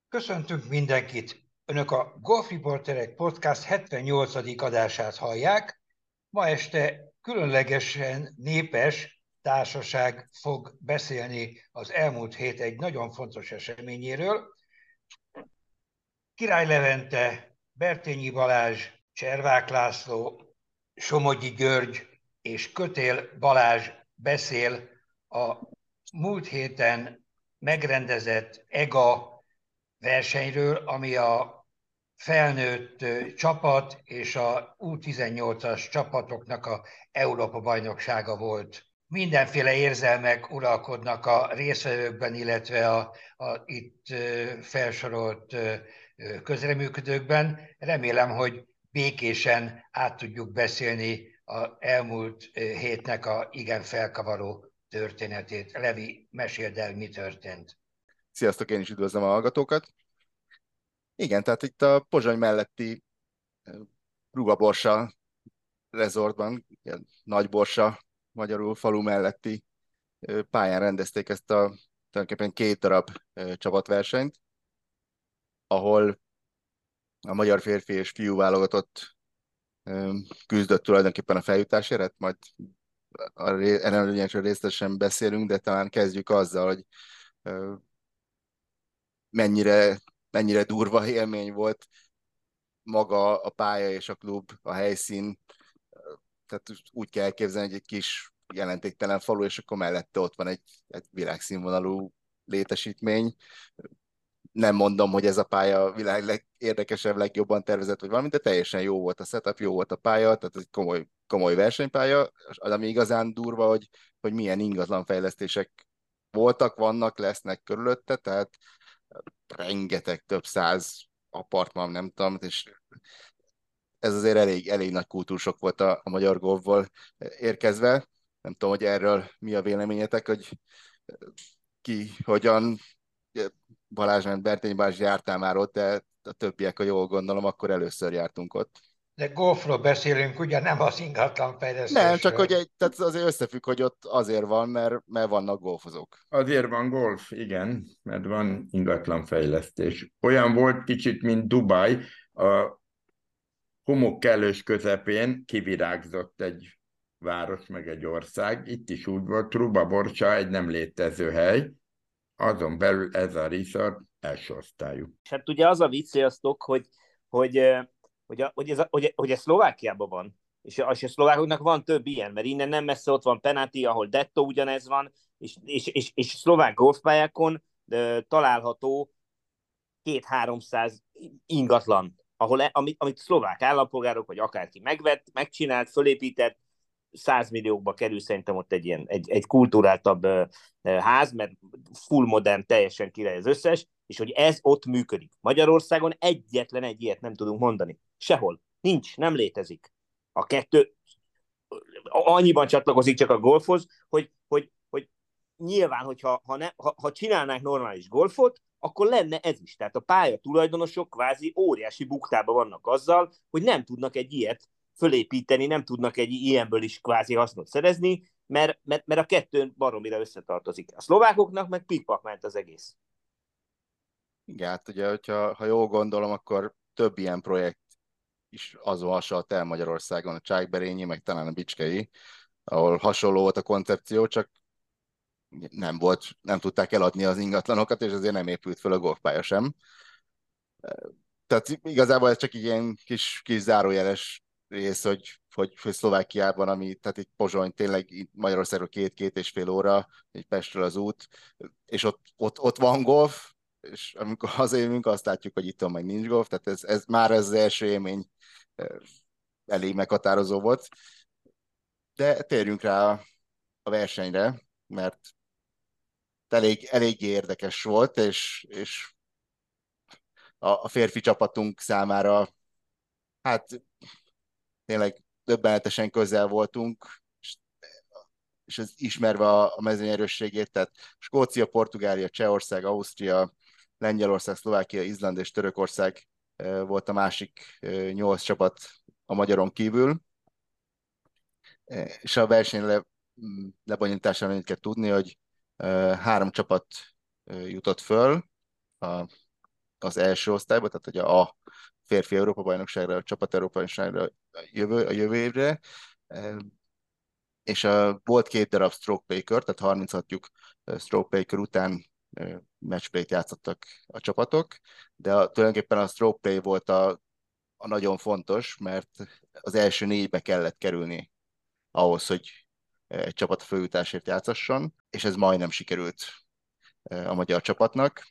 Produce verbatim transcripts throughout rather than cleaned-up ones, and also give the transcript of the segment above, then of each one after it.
Köszöntünk mindenkit! Önök a Golf Reporterek Podcast hetvennyolcadik adását hallják. Ma este különlegesen népes társaság fog beszélni az elmúlt hét egy nagyon fontos eseményéről. Király Levente, Bertényi Balázs, Cservák László, Somogyi György és Kötél Balázs beszél a múlt héten megrendezett E G A versenyről, ami a felnőtt csapat és a U tizennyolcas csapatoknak a Európa-bajnoksága volt. Mindenféle érzelmek uralkodnak a résztvevőkben, illetve a, a itt felsorolt közreműködőkben. Remélem, hogy békésen át tudjuk beszélni az elmúlt hétnek a igen felkavaró történetét. Levi, meséld el, mi történt. Sziasztok, én is üdvözlöm a hallgatókat. Igen, tehát itt a Pozsony melletti Rugaborsa resortban, ilyen Nagyborsa, magyarul falu melletti pályán rendezték ezt a tulajdonképpen két darab csapatversenyt, ahol a magyar férfi és fiú válogatott küzdött tulajdonképpen a feljutásért, majd erről részletesen beszélünk, de talán kezdjük azzal, hogy mennyire, mennyire durva élmény volt maga a pálya és a klub, a helyszín. Tehát úgy kell elképzelni, hogy egy kis jelentéktelen falu, és akkor mellette ott van egy, egy világszínvonalú létesítmény. Nem mondom, hogy ez a pálya a világ legérdekesebb, legjobban tervezett, vagy valami, de teljesen jó volt a setup, jó volt a pálya, tehát ez egy komoly, komoly versenypálya. Ami igazán durva, hogy, hogy milyen ingatlan fejlesztések voltak, vannak, lesznek körülötte, tehát rengeteg, több száz apartman, nem tudom, és ez azért elég, elég nagy kultúrsok volt a, a magyar golfból érkezve. Nem tudom, hogy erről mi a véleményetek, hogy ki, hogyan, Balázs, mert Bertény Balázs jártál már ott, de a többiek, ha jól gondolom, akkor először jártunk ott. De golfról beszélünk, ugye nem az Nem, csak hogy ingatlanfejlesztésről. egy, tehát azért összefügg, hogy ott azért van, mert, mert vannak golfozók. Azért van golf, igen, mert van ingatlanfejlesztés. Olyan volt kicsit, mint Dubaj, a homok kellős közepén kivirágzott egy város, meg egy ország. Itt is úgy volt, Rubaborsa egy nem létező hely, azon belül ez a resort első osztályú. És hát ugye az a vicc, sziasztok, hogy, hogy, hogy, a, hogy, ez a, hogy, hogy ez Szlovákiában van, és a, és a szlovákoknak van több ilyen, mert innen nem messze ott van Penati, ahol Detto ugyanez van, és, és, és, és szlovák golfpályákon de, található két-háromszáz ingatlan, ahol, amit, amit szlovák állampolgárok, vagy akárki megvett, megcsinált, fölépített, százmilliókba kerül szerintem ott egy ilyen egy, egy kulturáltabb uh, ház, mert full modern, teljesen király az összes, és hogy ez ott működik. Magyarországon egyetlen egy ilyet nem tudunk mondani. Sehol. Nincs, nem létezik. A kettő annyiban csatlakozik csak a golfhoz, hogy, hogy, hogy nyilván, hogyha ha, ne, ha, ha csinálnánk normális golfot, akkor lenne ez is. Tehát a pálya tulajdonosok kvázi óriási buktában vannak azzal, hogy nem tudnak egy ilyet fölépíteni, nem tudnak egy ilyenből is kvázi hasznot szerezni, mert, mert, mert a kettő baromira összetartozik. A szlovákoknak meg pikpak ment az egész. Igen, hát ugye, hogyha, ha jól gondolom, akkor több ilyen projekt is azon hasonlott el Magyarországon, a Csákberényi, meg talán a Bicskei, ahol hasonló volt a koncepció, csak nem volt, nem tudták eladni az ingatlanokat, és azért nem épült föl a golfpálya sem. Tehát igazából ez csak egy ilyen kis, kis zárójeles rész, hogy, hogy, hogy Szlovákiában, ami, tehát itt Pozsony tényleg itt Magyarországról két-két és fél óra, egy Pestről az út, és ott, ott, ott van golf, és amikor hazajövünk, azt látjuk, hogy itt meg nincs golf, tehát ez, ez már ez az első élmény elég meghatározó volt. De térjünk rá a versenyre, mert elég, elég érdekes volt, és, és a, a férfi csapatunk számára hát tényleg döbbenetesen közel voltunk, és, és ez ismerve a, a mezőny erősségét, tehát Skócia, Portugália, Csehország, Ausztria, Lengyelország, Szlovákia, Izland és Törökország volt a másik nyolc csapat a magyaron kívül. És a verseny le, lebonyolításában annyit kell tudni, hogy három csapat jutott föl a az első osztályba, tehát ugye a férfi Európa-bajnokságra, a csapat Európa-bajnokságra a jövő, a jövő évre, és a, volt két darab stroke play kör, tehát harminchat lyuk stroke play kör után matchplay-t játszottak a csapatok, de a, tulajdonképpen a stroke play volt a, a nagyon fontos, mert az első négybe kellett kerülni ahhoz, hogy egy csapat főjutásért játszasson, és ez majdnem sikerült a magyar csapatnak,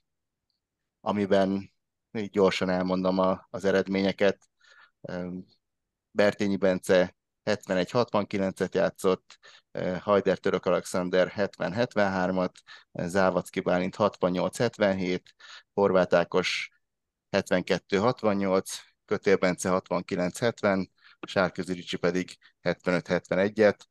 amiben így gyorsan elmondom a, az eredményeket. Bertényi Bence hetvenegy hatvankilencet játszott, Hajder Török Alexander hetven hetvenhármat, Závacki Bálint hatvannyolc hetvenhét, Horváth Ákos hetvenkettő hatvannyolc, Kötél Bence hatvankilenc hetven, Sárközi Ricsi pedig hetvenöt hetvenegyet.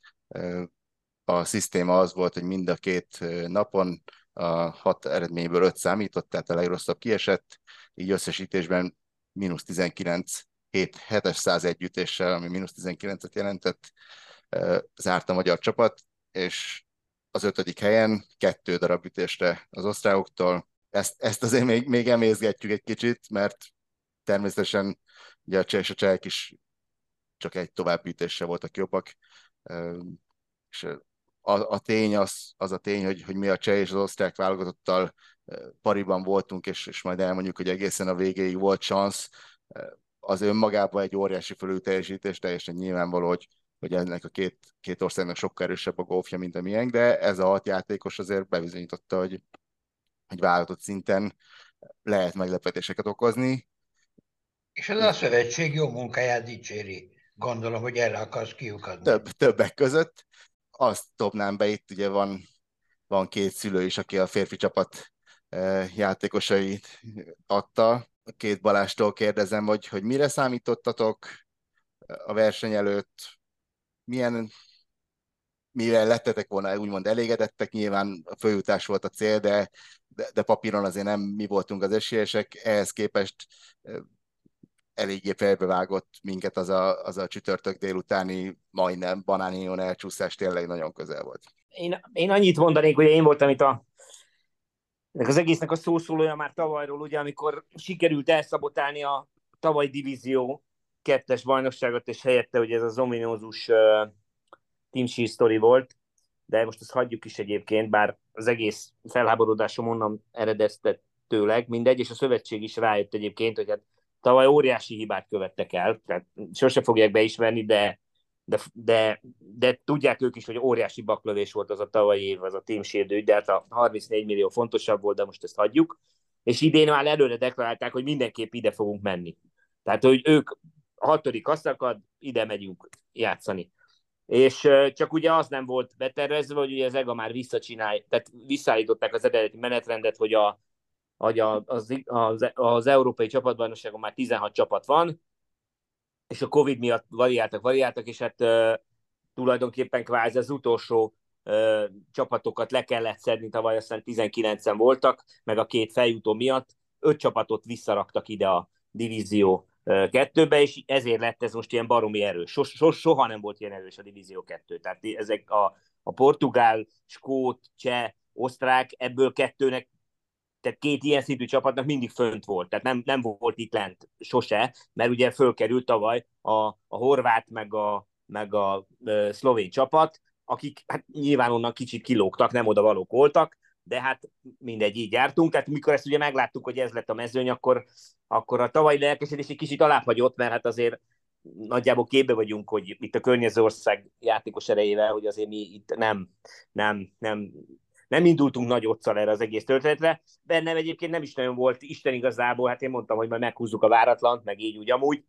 A szisztéma az volt, hogy mind a két napon a hat eredményből öt számított, tehát a legrosszabb kiesett, így összesítésben mínusz tizenkilenc hétszázegy ütéssel, ami mínusz tizenkilencet jelentett, zárt a magyar csapat, és az ötödik helyen kettő darab ütésre az osztrákoktól. Ezt, ezt azért még, még emészgetjük egy kicsit, mert természetesen ugye a cseh és a csehek is csak egy további ütésre voltak jobbak, és a, a tény az, az a tény, hogy, hogy mi a cseh és az osztrák válogatottal pariban voltunk, és, és majd elmondjuk, hogy egészen a végéig volt szansz, az önmagában egy óriási fölülteljesítés, teljesen nyilvánvaló, hogy, hogy ennek a két, két országnak sokkal erősebb a golfja, mint a miénk, de ez a hat játékos azért bebizonyította, hogy, hogy válogatott szinten lehet meglepetéseket okozni. És ez a szövetség jó munkáját dicséri. Gondolom, hogy erre akarsz kiukadni. Több, többek között. Azt dobnám be, itt ugye van, van két szülő is, aki a férfi csapat játékosait adta. A két Balástól kérdezem, hogy, hogy mire számítottatok a verseny előtt, milyen, mivel lettetek volna úgymond elégedettek, nyilván a főjutás volt a cél, de, de, de papíron azért nem mi voltunk az esélyesek, ehhez képest eléggé felbevágott minket az a, az a csütörtök délutáni majdnem banánion elcsúszás, tényleg nagyon közel volt. Én, én annyit mondanék, hogy én voltam itt a az egésznek a szószólója már tavalyról, ugye, amikor sikerült elszabotálni a tavaly divízió kettes bajnokságot, és helyette ugye ez az ominózus uh, Team Shield sztori volt, de most ezt hagyjuk is egyébként, bár az egész felháborodásom onnan eredeztetőleg mindegy, és a szövetség is rájött egyébként, hogy hát tavaly óriási hibát követtek el, tehát sose fogják beismerni, de De, de, de tudják ők is, hogy óriási baklövés volt az a tavalyi év, az a Team Shield ügy, de hát a harmincnégy millió fontosabb volt, de most ezt hagyjuk. És idén már előre deklarálták, hogy mindenképp ide fogunk menni. Tehát, hogy ők a hatodik aszakad, ide megyünk játszani. És csak ugye az nem volt betervezve, hogy ugye az e gá már visszacsinálj, tehát visszaállították az eredeti menetrendet, hogy, a, hogy a, az, az, az európai csapatbajnokságon már tizenhat csapat van, és a Covid miatt variáltak, variáltak, és hát uh, tulajdonképpen kvázi az utolsó uh, csapatokat le kellett szedni, tavaly aztán tizenkilencen voltak, meg a két feljutó miatt öt csapatot visszaraktak ide a divízió uh, kettőbe, és ezért lett ez most ilyen baromi erős. So, so, soha nem volt ilyen erős a divízió kettő. Tehát ezek a, a portugál, skót, cseh, osztrák, ebből kettőnek, tehát két ilyen szintű csapatnak mindig fönt volt, tehát nem, nem volt itt lent sose, mert ugye fölkerült tavaly a, a horvát meg a, meg a ö, szlovén csapat, akik hát nyilván onnan kicsit kilógtak, nem oda valók voltak, de hát mindegy, így jártunk, tehát mikor ezt ugye megláttuk, hogy ez lett a mezőny, akkor, akkor a tavalyi lelkesedés egy kicsit alábbhagyott, mert hát azért nagyjából képbe vagyunk, hogy itt a környező ország játékos erejével, hogy azért mi itt nem, nem, nem nem indultunk nagy occal erre az egész történetre. Bennem egyébként nem is nagyon volt Isten igazából, hát én mondtam, hogy majd meghúzzuk a váratlant, meg így úgy amúgy.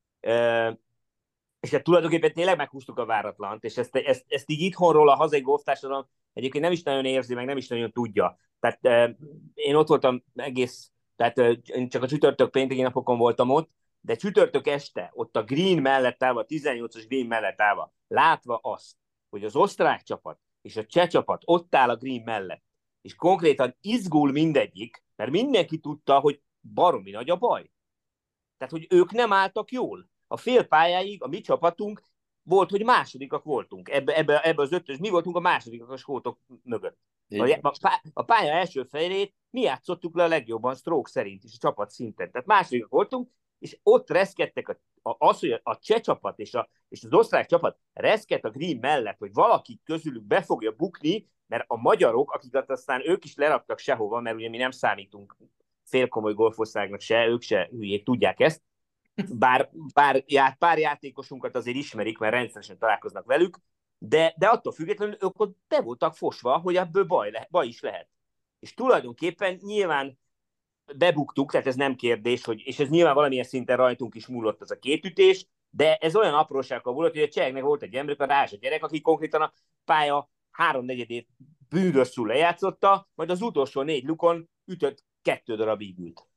E, és hát tulajdonképpen tényleg meghúztuk a váratlant, és ezt, ezt, ezt így itthonról a hazai golftársadalom egyébként nem is nagyon érzi, meg nem is nagyon tudja. Tehát e, én ott voltam egész, tehát e, én csak a csütörtök pénteki napokon voltam ott, de csütörtök este, ott a green mellett állva, a tizennyolcas green mellett állva, látva azt, hogy az osztrák csapat és a cseh csapat ott áll a green mellett, és konkrétan izgul mindegyik, mert mindenki tudta, hogy baromi nagy a baj. Tehát, hogy ők nem álltak jól. A fél pályáig a mi csapatunk volt, hogy másodikak voltunk. Ebbe, ebbe, ebbe az ötös, mi voltunk a másodikak a skótok mögött. A, a pálya első felét mi játszottuk le a legjobban stroke szerint is a csapat szinten. Tehát másodikak voltunk, és ott reszkedtek a, a, az, hogy a cseh csapat és, a, és az osztrák csapat reszkedt a green mellett, hogy valaki közülük be fogja bukni, mert a magyarok, akiket aztán ők is leraktak sehova, mert ugye mi nem számítunk félkomoly golfországnak se, ők se hülyék, tudják ezt, bár, bár já, pár játékosunkat azért ismerik, mert rendszeresen találkoznak velük, de, de attól függetlenül ők ott be voltak fosva, hogy ebből baj, le, baj is lehet. És tulajdonképpen nyilván bebuktuk, tehát ez nem kérdés, hogy, és ez nyilván valamilyen szinten rajtunk is múlott az a két ütés, de ez olyan aprósággal volt, hogy a cseheknek volt egy ember, a Rázsa gyerek, aki konkrétan a pálya háromnegyedét bűnösszül lejátszotta, majd az utolsó négy lukon ütött kettő darab ígült.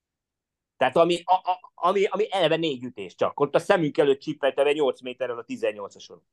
Tehát ami, a, a, ami, ami eleve négy ütés csak. Ott a szemünk előtt csippelte be nyolc méterrel a tizennyolcason.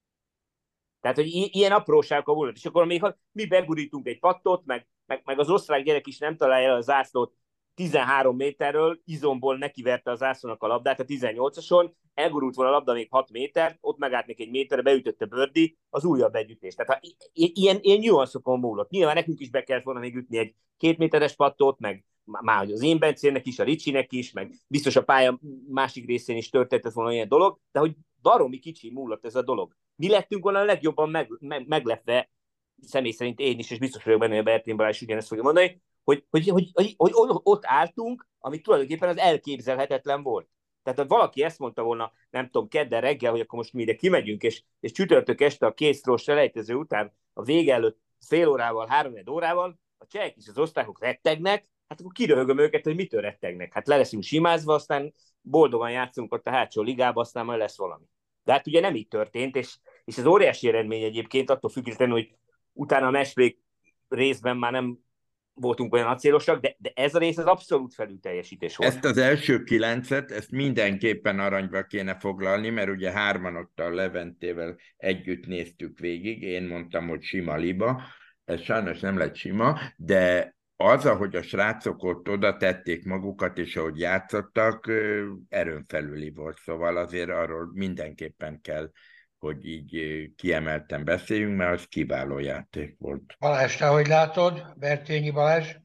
Tehát, hogy i- ilyen apróságok volt. És akkor még ha mi begurítunk egy pattot, meg, meg, meg az osztrák gyerek is nem találja el a zászlót tizenhárom méterről, izomból nekiverte a zászlónak a labdát a tizennyolcason, elgurult volna a labda még hat méter, ott megállt még egy méterre, beütötte Bördi, az újabb együttés. Tehát ha i- ilyen, ilyen nyuanszokon múlott. Nyilván nekünk is be kellett volna még ütni egy két méteres pattot, meg már az én Bencének is, a Ricsinek is, meg biztos a pálya másik részén is történt volna ilyen dolog, de hogy baromi kicsi múlott ez a dolog. Mi lettünk volna a legjobban meg, meg, meglepve, személy szerint én is, és biztos vagyok benne, hogy a Bertén Balázs ugyanezt fogja mondani, hogy, hogy, hogy, hogy, hogy ott álltunk, ami tulajdonképpen az elképzelhetetlen volt. Tehát ha valaki ezt mondta volna, nem tudom, kedden reggel, hogy akkor most mi ide kimegyünk, és, és csütörtök este a két sztrós selejtező után a vége előtt fél órával, három órával, a csehek és az osztrákok rettegnek, hát akkor kiröhögöm őket, hogy mitől rettegnek. Hát le leszünk simázva, aztán boldogan játszunk ott a hátsó ligába, aztán majd lesz valami. De hát ugye nem így történt, és, és ez óriási eredmény egyébként, attól függetlenül, hogy utána a matchplay részben már nem voltunk olyan acélosak, de, de ez a rész az abszolút felülteljesítés volt. Ezt az első kilencet, ezt mindenképpen aranyba kéne foglalni, mert ugye hárman ott a Leventével együtt néztük végig, én mondtam, hogy sima liba, ez sajnos nem lett sima, de az, ahogy a srácok ott oda tették magukat, és ahogy játszottak, erőn felüli volt, szóval azért arról mindenképpen kell, hogy így kiemelten beszéljünk, mert az kiváló játék volt. Balázs, te hogy látod? Bertényi Balázs?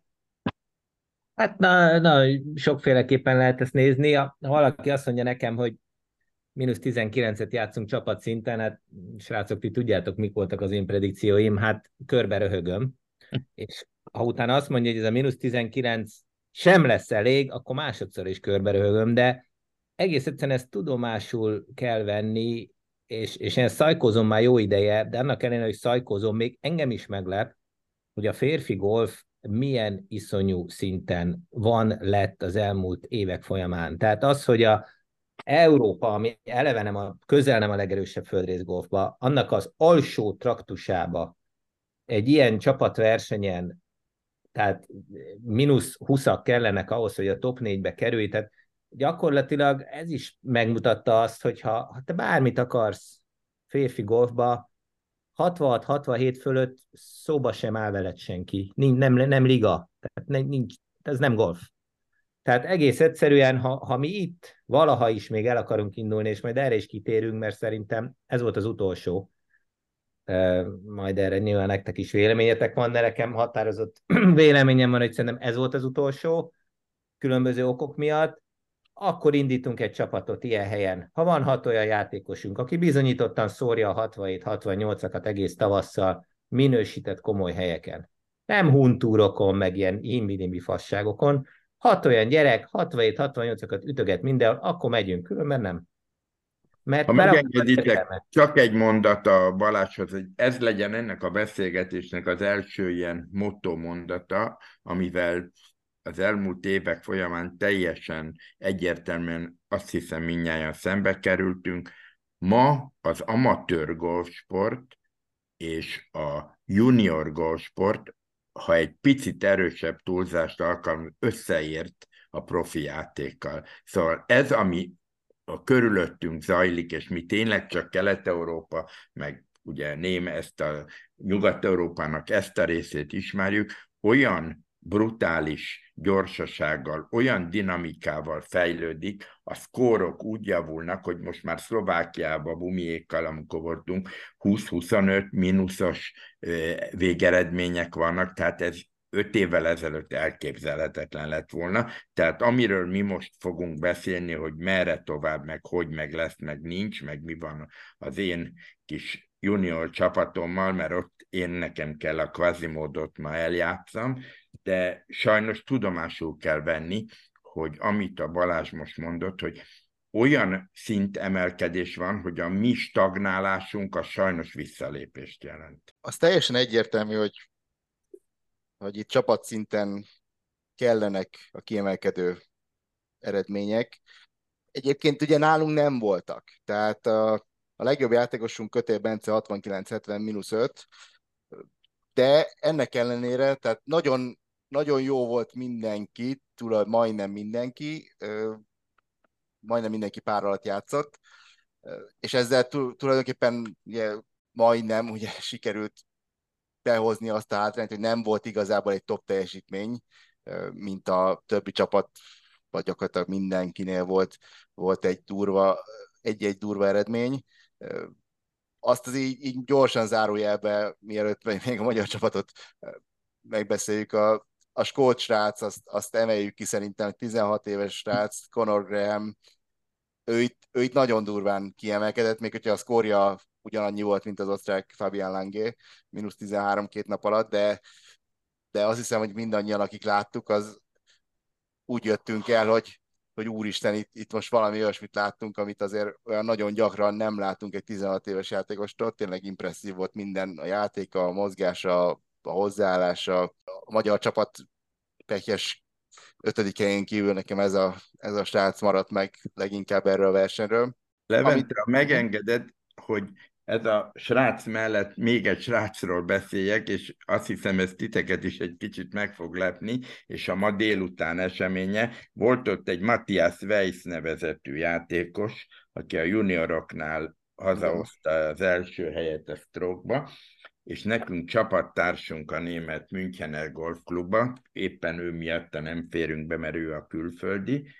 Hát na, na, sokféleképpen lehet ezt nézni. Ha valaki azt mondja nekem, hogy mínusz tizenkilencet játszunk csapatszinten, hát srácok, ti tudjátok, mik voltak az én predikcióim, hát körbe röhögöm. És ha utána azt mondja, hogy ez a mínusz tizenkilenc sem lesz elég, akkor másodszor is körbe röhögöm, de egész egyszerűen ezt tudomásul kell venni, és, és én szajkozom már jó ideje, de annak ellenére, hogy szajkozom, még engem is meglep, hogy a férfi golf milyen iszonyú szinten van lett az elmúlt évek folyamán. Tehát az, hogy a Európa, ami eleve nem a, közel nem a legerősebb földrészgolfba, annak az alsó traktusába egy ilyen csapatversenyen, tehát mínusz húszak kellenek ahhoz, hogy a top négybe kerülj, tehát gyakorlatilag ez is megmutatta azt, hogy ha, ha te bármit akarsz férfi golfba, hatvanhat hatvanhét fölött szóba sem áll veled senki. Nincs, nem, nem liga. Tehát nincs, ez nem golf. Tehát egész egyszerűen, ha, ha mi itt valaha is még el akarunk indulni, és majd erre is kitérünk, mert szerintem ez volt az utolsó, majd erre nyilván nektek is véleményetek van, de nekem határozott véleményem van, hogy szerintem ez volt az utolsó, különböző okok miatt, akkor indítunk egy csapatot ilyen helyen. Ha van hat olyan játékosunk, aki bizonyítottan szórja a hatvanhét hatvannyolcakat egész tavasszal minősített komoly helyeken, nem huntúrokon, meg ilyen imbidimbi fasságokon, hat olyan gyerek, hatvanhét hatvannyolcakat ütöget mindenhol, akkor megyünk, különben nem. Mert ha megengeditek, csak egy mondat a Balázshoz, hogy ez legyen ennek a beszélgetésnek az első ilyen motto mondata, amivel az elmúlt évek folyamán teljesen egyértelműen azt hiszem mindnyájan szembe kerültünk. Ma az amatőr golfsport és a junior golfsport, ha egy picit erősebb túlzást alkalmaz, összeért a profi játékkal. Szóval ez, ami a körülöttünk zajlik, és mi tényleg csak Kelet-Európa, meg ugye Ném ezt a Nyugat-Európának ezt a részét ismerjük, olyan brutális gyorsasággal, olyan dinamikával fejlődik, a szkórok úgy javulnak, hogy most már Szlovákiában Bumiékkal, amikor voltunk, húsz-huszonöt mínuszos végeredmények vannak, tehát ez öt évvel ezelőtt elképzelhetetlen lett volna. Tehát amiről mi most fogunk beszélni, hogy merre tovább, meg hogy meg lesz, meg nincs, meg mi van az én kis junior csapatommal, mert ott én nekem kell a Quasimodo-t ma eljátszam, de sajnos tudomásul kell venni, hogy amit a Balázs most mondott, hogy olyan szintemelkedés van, hogy a mi stagnálásunk a sajnos visszalépést jelent. Az teljesen egyértelmű, hogy, hogy itt csapatszinten kellenek a kiemelkedő eredmények. Egyébként ugye nálunk nem voltak. Tehát a, a legjobb játékosunk Kötél Bence hatvankilenc hetven mínusz öt, de ennek ellenére, tehát nagyon, nagyon jó volt mindenki, tulaj, majdnem mindenki, majdnem mindenki pár alatt játszott, és ezzel tulajdonképpen ugye, majdnem ugye, sikerült behozni azt a hátrányt, hogy nem volt igazából egy top teljesítmény, mint a többi csapat, vagy gyakorlatilag mindenkinél volt, volt egy durva, egy-egy durva eredmény. Azt az így, így gyorsan zárójelbe, mielőtt még a magyar csapatot megbeszéljük, a, a skót srác, azt, azt emeljük ki szerintem, tizenhat éves srác, Conor Graham, ő itt, ő itt nagyon durván kiemelkedett, még hogyha a szkórja ugyanannyi volt, mint az osztrák Fabian Lange, mínusz tizenhárom két nap alatt, de, de azt hiszem, hogy mindannyian, akik láttuk, az úgy jöttünk el, hogy, hogy úristen, itt, itt most valami olyasmit láttunk, amit azért olyan nagyon gyakran nem látunk egy tizenhat éves játékostól, tényleg impresszív volt minden, a játéka, a mozgása, a hozzáállása, a magyar csapat pekjes ötödik helyén kívül nekem ez a, ez a srác maradt meg leginkább erről a versenyről. Levente, Amit... ha megengeded, hogy ez a srác mellett még egy srácról beszéljek, és azt hiszem, ez titeket is egy kicsit meg fog lepni, és a ma délután eseménye. Volt ott egy Matthias Weiss nevezetű játékos, aki a junioroknál hazahozta az első helyet a stroke-ba, és nekünk csapattársunk a német Münchener golfklubba, éppen ő miatt nem férünk be, mert ő a külföldi,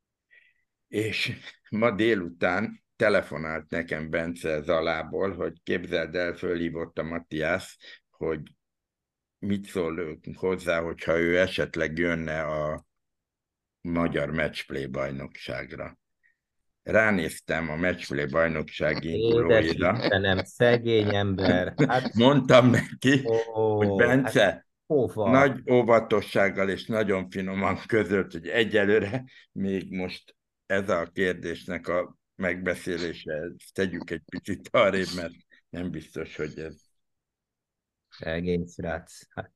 és ma délután telefonált nekem Bence Zalából, hogy képzeld el, fölhívott a Matthias, hogy mit szól hozzá, hogyha ő esetleg jönne a magyar matchplay bajnokságra. Ránéztem a matchplay bajnoksági indulóira. Édes Istenem, szegény ember. Hát, mondtam neki, ó, hogy Bence, hát, hova? nagy óvatossággal és nagyon finoman közölt, hogy egyelőre még most ez a kérdésnek a megbeszélése, tegyük egy picit arrébb, mert nem biztos, hogy ez... Szegény srác. Hát.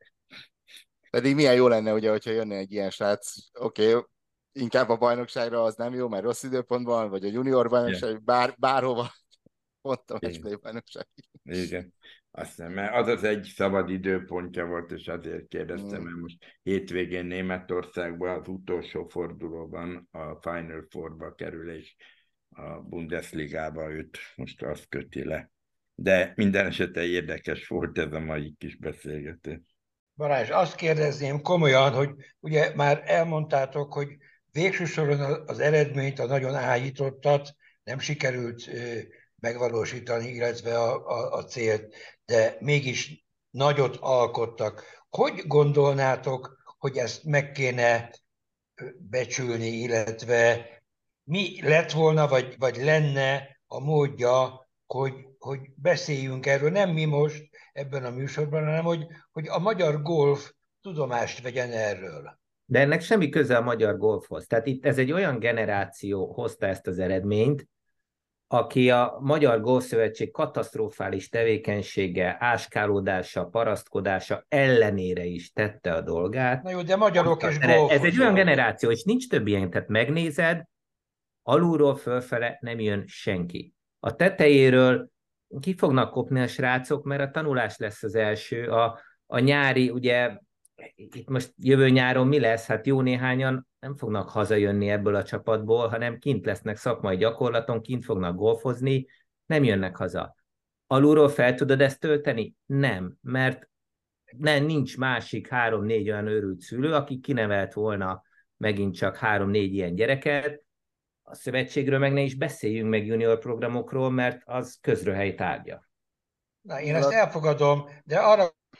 Pedig milyen jó lenne, ugye, hogyha jönne egy ilyen srác, oké, okay, inkább a bajnokságra az nem jó, mert rossz időpontban, vagy a junior bajnokság, yeah. bár, bárhova, pont a matchplay bajnokság. Igen. Azt nem, mert az az egy szabad időpontja volt, és azért kérdeztem, mm. mert most hétvégén Németországban az utolsó fordulóban a Final Four-ba kerül, és a Bundesligába őt most azt köti le. De minden esetre érdekes volt ez a mai kis beszélgetés. Balázs, azt kérdezném komolyan, hogy ugye már elmondtátok, hogy végső soron az eredményt, a nagyon áhítottat nem sikerült megvalósítani, illetve a, a, a célt, de mégis nagyot alkottak. Hogy gondolnátok, hogy ezt meg kéne becsülni, illetve mi lett volna, vagy, vagy lenne a módja, hogy, hogy beszéljünk erről, nem mi most ebben a műsorban, hanem hogy, hogy a magyar golf tudomást vegyen erről. De ennek semmi köze a magyar golfhoz. Tehát itt ez egy olyan generáció hozta ezt az eredményt, aki a Magyar Golfszövetség katasztrofális tevékenysége, áskálódása, parasztkodása ellenére is tette a dolgát. Na jó, de magyarok és golfozók. Ez egy olyan generáció, és nincs több ilyen, tehát megnézed, alulról fölfele nem jön senki. A tetejéről ki fognak kopni a srácok, mert a tanulás lesz az első. A, a nyári, ugye, itt most jövő nyáron mi lesz? Hát jó néhányan nem fognak hazajönni ebből a csapatból, hanem kint lesznek szakmai gyakorlaton, kint fognak golfozni, nem jönnek haza. Alulról fel tudod ezt tölteni? Nem, mert nem, nincs másik három-négy olyan őrült szülő, aki kinevelt volna megint csak három-négy ilyen gyereket. A szövetségről meg ne is beszéljünk meg junior programokról, mert az közröhely tárgya. Na, én ezt elfogadom, de arra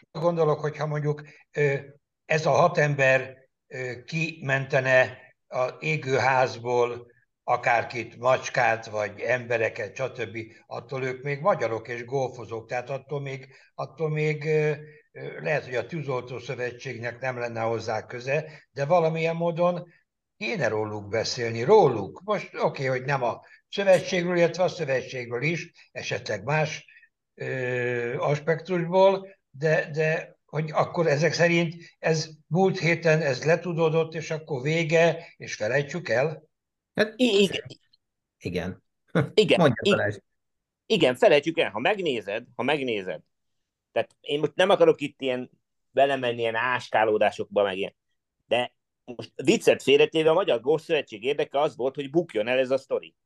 gondolok, hogyha mondjuk ez a hat ember kimentene az égőházból akárkit, macskát, vagy embereket, stb., attól ők még magyarok és golfozók, tehát attól még, attól még lehet, hogy a Tűzoltó Szövetségnek nem lenne hozzá köze, de valamilyen módon kéne róluk beszélni, róluk. Most oké, okay, hogy nem a szövetségről, illetve a szövetségről is, esetleg más ö, aspektusból, de, de hogy akkor ezek szerint ez múlt héten ez letudódott, és akkor vége, és felejtsük el? Hát, Igen. Igen. Igen. Mondja, Igen. Igen, felejtsük el, ha megnézed, ha megnézed, tehát én most nem akarok itt ilyen belemenni ilyen áskálódásokba, meg ilyen, de most viccet félretéve a Magyar Golf Szövetség érdeke az volt, hogy bukjon el ez a sztori.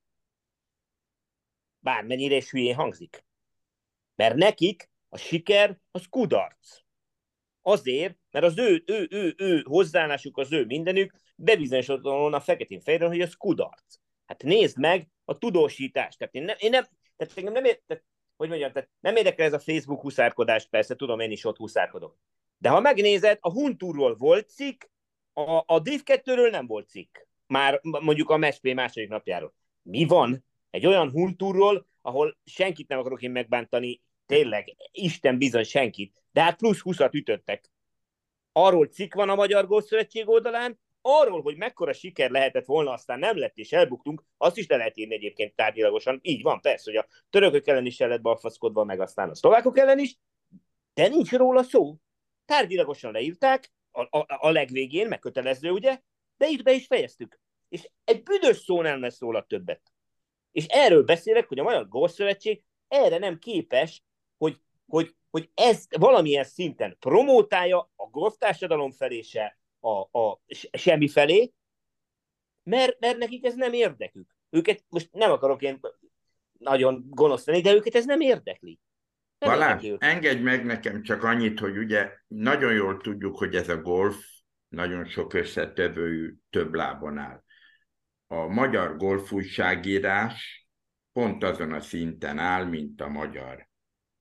Bármennyire is hülyén hangzik. Mert nekik a siker az kudarc. Azért, mert az ő, ő, ő, ő hozzáállásuk, az ő mindenük bebizonyosodott volna feketén-fehéren, hogy az kudarc. Hát nézd meg a tudósítást. Tehát én nem, én nem, tehát engem nem, tehát, hogy mondjam, tehát nem érdekel ez a Facebook huszárkodás, persze tudom, én is ott huszárkodok. De ha megnézed, a Huntúrról volt cikk, a, a Div kettőről nem volt cikk. Már mondjuk a Matchplay második napjáról. Mi van egy olyan Huntúrról, ahol senkit nem akarok én megbántani, tényleg, Isten bizony senkit, de hát plusz húszat ütöttek. Arról cikk van a Magyar Golf Szövetség oldalán, arról, hogy mekkora siker lehetett volna, aztán nem lett és elbuktunk, azt is le lehet írni egyébként tárgyilagosan. Így van, persze, hogy a törökök ellen is el lett balfaszkodva, meg aztán a szlovákok ellen is, de nincs róla szó. Tárgyilagosan leírták, a, a, a legvégén, meg kötelező, ugye, de itt be is fejeztük. És egy büdös szó nem lesz róla többet. És erről beszélek, hogy a Magyar Golf Szövetség erre nem képes, hogy, hogy, hogy ezt valamilyen szinten promótálja a golftársadalom felé se, a, a semmi felé, mert, mert nekik ez nem érdekük. Őket, most nem akarok én nagyon gonosztani, de őket ez nem érdekli. Nem Balázs, érdekli engedj meg nekem csak annyit, hogy ugye nagyon jól tudjuk, hogy ez a golf nagyon sok összetevőjű, több lábon áll. A magyar golfújságírás pont azon a szinten áll, mint a magyar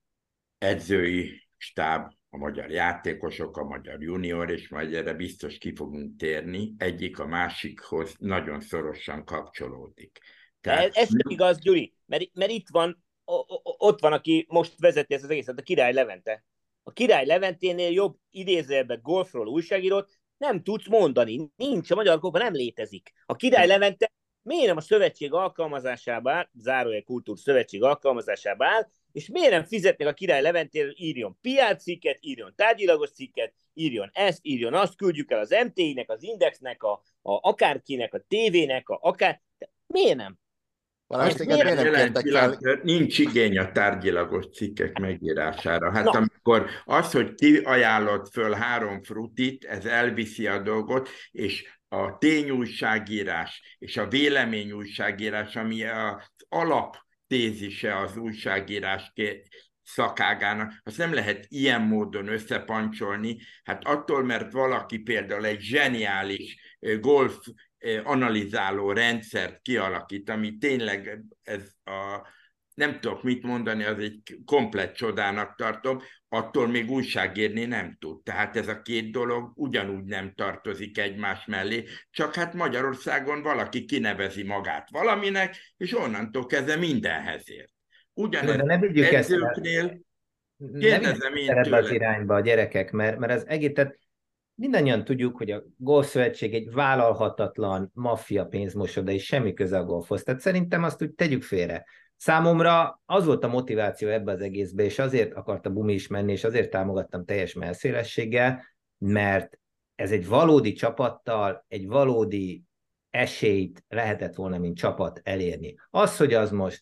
edzői stáb, a magyar játékosok, a magyar junior, és majd erre biztos ki fogunk térni, egyik a másikhoz nagyon szorosan kapcsolódik. Tehát... Ez, ez sem igaz, Gyuri, mert, mert itt van, ott van, aki most vezeti ezt az egészet, a Király Levente. A Király Leventénél jobb idézőjelben golfról újságírót nem tudsz mondani. Nincs, a magyar golfban nem létezik. A Király Levente miért nem a szövetség alkalmazásába áll, zárójel kultúr szövetség alkalmazásába áll, és miért nem fizetnek a Király Leventéről, írjon pé er cikket, írjon tárgyilagos cikket, írjon ezt, írjon azt, küldjük el az em té i-nek, az Indexnek, a, a akárkinek, a tévének, a akár... De miért nem? Valami miért, miért nem kértek fel? Nincs igény a tárgyilagos cikkek megírására. Hát Na. amikor az, hogy ki ajánlott föl három frutit, ez elviszi a dolgot, és a tényújságírás és a véleményújságírás, ami az alaptézise az újságírás szakágának, azt nem lehet ilyen módon összepancsolni. Hát attól, mert valaki például egy zseniális golf analizáló rendszert kialakít, ami tényleg ez a, nem tudok mit mondani, az egy komplett csodának tartom, attól még újságírni nem tud. Tehát ez a két dolog ugyanúgy nem tartozik egymás mellé, csak hát Magyarországon valaki kinevezi magát valaminek, és onnantól kezdve mindenhez ért. Ugyanez edzőknél kérdezem én tőle. Az irányba a gyerekek, mert, mert az egész, tehát mindannyian tudjuk, hogy a golfszövetség egy vállalhatatlan maffia pénzmosoda, és semmi köze a golfhoz. Tehát szerintem azt úgy tegyük félre. Számomra az volt a motiváció ebbe az egészbe, és azért akart a Bumi is menni, és azért támogattam teljes mellszélességgel, mert ez egy valódi csapattal, egy valódi esélyt lehetett volna, mint csapat elérni. Az, hogy az most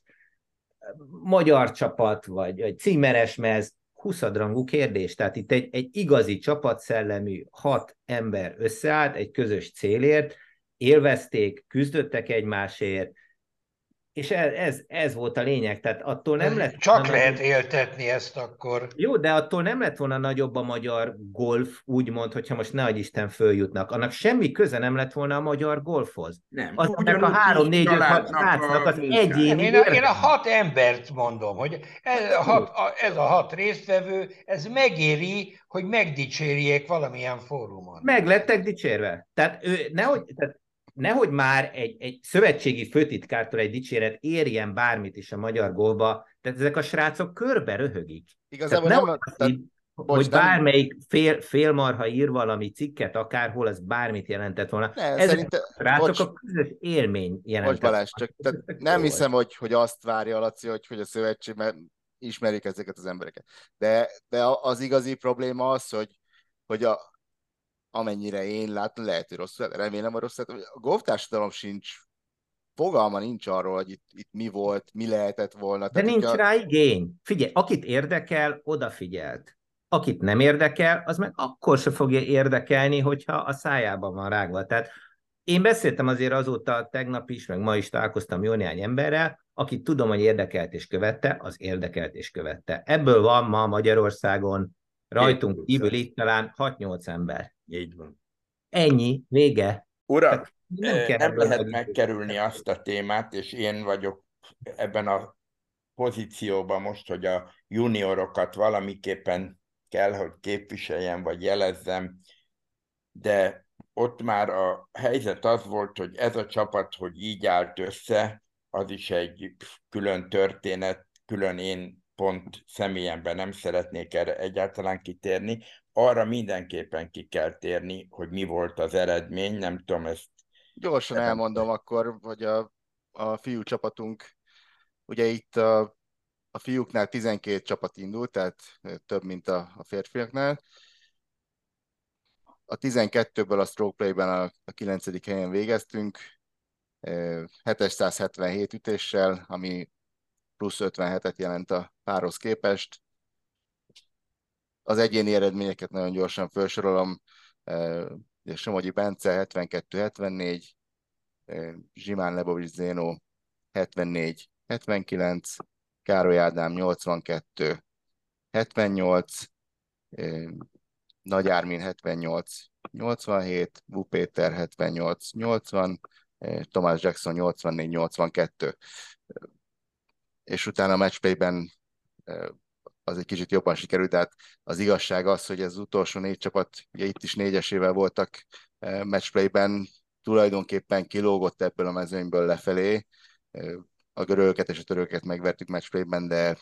magyar csapat, vagy, vagy címeres mez, huszadrangú kérdés. Tehát itt egy, egy igazi csapatszellemű hat ember összeállt egy közös célért, élvezték, küzdöttek egymásért, és ez, ez, ez volt a lényeg, tehát attól nem lett... Csak lehet éltetni ezt akkor. Jó, de attól nem lett volna nagyobb a magyar golf, úgymond, hogyha most nehogy Isten följutnak. Annak semmi köze nem lett volna a magyar golfhoz. Nem, Az ennek a ugyanúgy három, is négy, öt, hat családnak srácnak a az munkát. egyéni Nem, én, a, én a érdeme. hat embert mondom, hogy ez a, hat, a, ez a hat résztvevő, ez megéri, hogy megdicsérjék valamilyen fórumon. Meg lettek dicsérve. Tehát, ő, nehogy, tehát nehogy már egy, egy szövetségi főtitkártól egy dicséret érjen bármit is a magyar golba, tehát ezek a srácok körbe röhögik. Igazából Tehát nem... azt Tehát, így, bocs, hogy nem- bármelyik fél, félmarha ír valami cikket akárhol, az bármit jelentett volna. Ne, Ezek szerinte- a srácok bocs. a közös élmény Bocs jelentett Balázs, volna. csak tehát nem hiszem, hogy, hogy azt várja Laci, hogy, hogy a szövetség, mert ismerik ezeket az embereket. De, de az igazi probléma az, hogy, hogy a, amennyire én látom, lehet, hogy rosszul, remélem, hogy rosszul, a golftársadalom sincs, fogalma nincs arról, hogy itt, itt mi volt, mi lehetett volna. De Tehát, nincs hogyha- rá igény. Figyelj, akit érdekel, odafigyelt. Akit nem érdekel, az meg akkor se fogja érdekelni, hogyha a szájában van rágva. Tehát én beszéltem azért azóta tegnap is, meg ma is találkoztam jó néhány emberrel, akit tudom, hogy érdekelt és követte, az érdekelt és követte. Ebből van ma Magyarországon rajtunk kívül itt talán hat-nyolc ember. Így van. Ennyi, vége. Urak, Nem, nem, kell nem ebből lehet nagy- megkerülni azt a témát, és én vagyok ebben a pozícióban most, hogy a juniorokat valamiképpen kell, hogy képviseljem, vagy jelezzem, de ott már a helyzet az volt, hogy ez a csapat, hogy így állt össze, az is egy külön történet, külön én pont személyemben nem szeretnék erre egyáltalán kitérni. Arra mindenképpen ki kell térni, hogy mi volt az eredmény, nem tudom ezt. Gyorsan elmondom akkor, hogy a, a fiú csapatunk, ugye itt a, a fiúknál tizenkét csapat indult, tehát több, mint a, a férfiaknál. A tizenkettőből a stroke play-ben a, a kilencedik helyen végeztünk, hetszázhetvenhét ütéssel, ami plusz ötvenhetet jelent a párhoz képest. Az egyéni eredményeket nagyon gyorsan felsorolom. Somogyi Bence hetvenkettő hetvennégy, Zsimán Lebovics Zénó hetvennégy hetvenkilenc, Károly Ádám nyolcvankettő hetvennyolc, Nagy Ármin hetvennyolc nyolcvanhét, Vu Péter hetvennyolc nyolcvan, Tomás Jackson nyolcvannégy nyolcvankettő. És utána a matchplayben az egy kicsit jobban sikerült, tehát az igazság az, hogy ez az utolsó négy csapat, ugye itt is négyesével voltak matchplayben, tulajdonképpen kilógott ebből a mezőnyből lefelé. A görögöket és a törököket megvertük matchplayben, de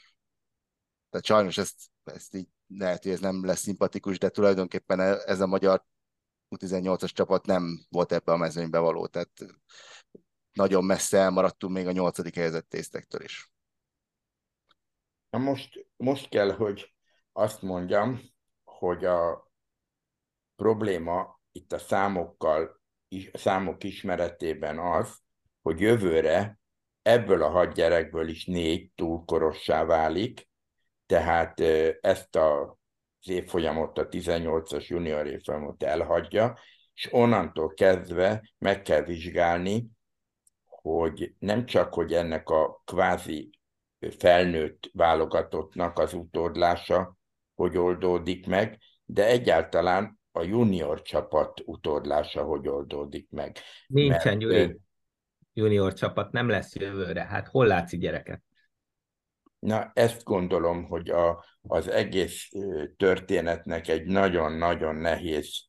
tehát sajnos ezt, ezt így lehet, hogy ez nem lesz szimpatikus, de tulajdonképpen ez a magyar U tizennyolcas csapat nem volt ebbe a mezőnybe való, tehát nagyon messze elmaradtunk még a nyolcadik helyezett tésztektől is. Na most, most kell, hogy azt mondjam, hogy a probléma itt a számokkal, a számok ismeretében az, hogy jövőre ebből a hat gyerekből is négy túlkorossá válik, tehát ezt a az évfolyamot, a tizennyolcas junior évfolyamot elhagyja, és onnantól kezdve meg kell vizsgálni, hogy nem csak, hogy ennek a kvázi felnőtt válogatottnak az utódlása hogy oldódik meg, de egyáltalán a junior csapat utódlása hogy oldódik meg. Nincsen, Mert, Gyuri. Junior csapat nem lesz jövőre. Hát hol látszik gyereket? Na, ezt gondolom, hogy a, az egész történetnek egy nagyon-nagyon nehéz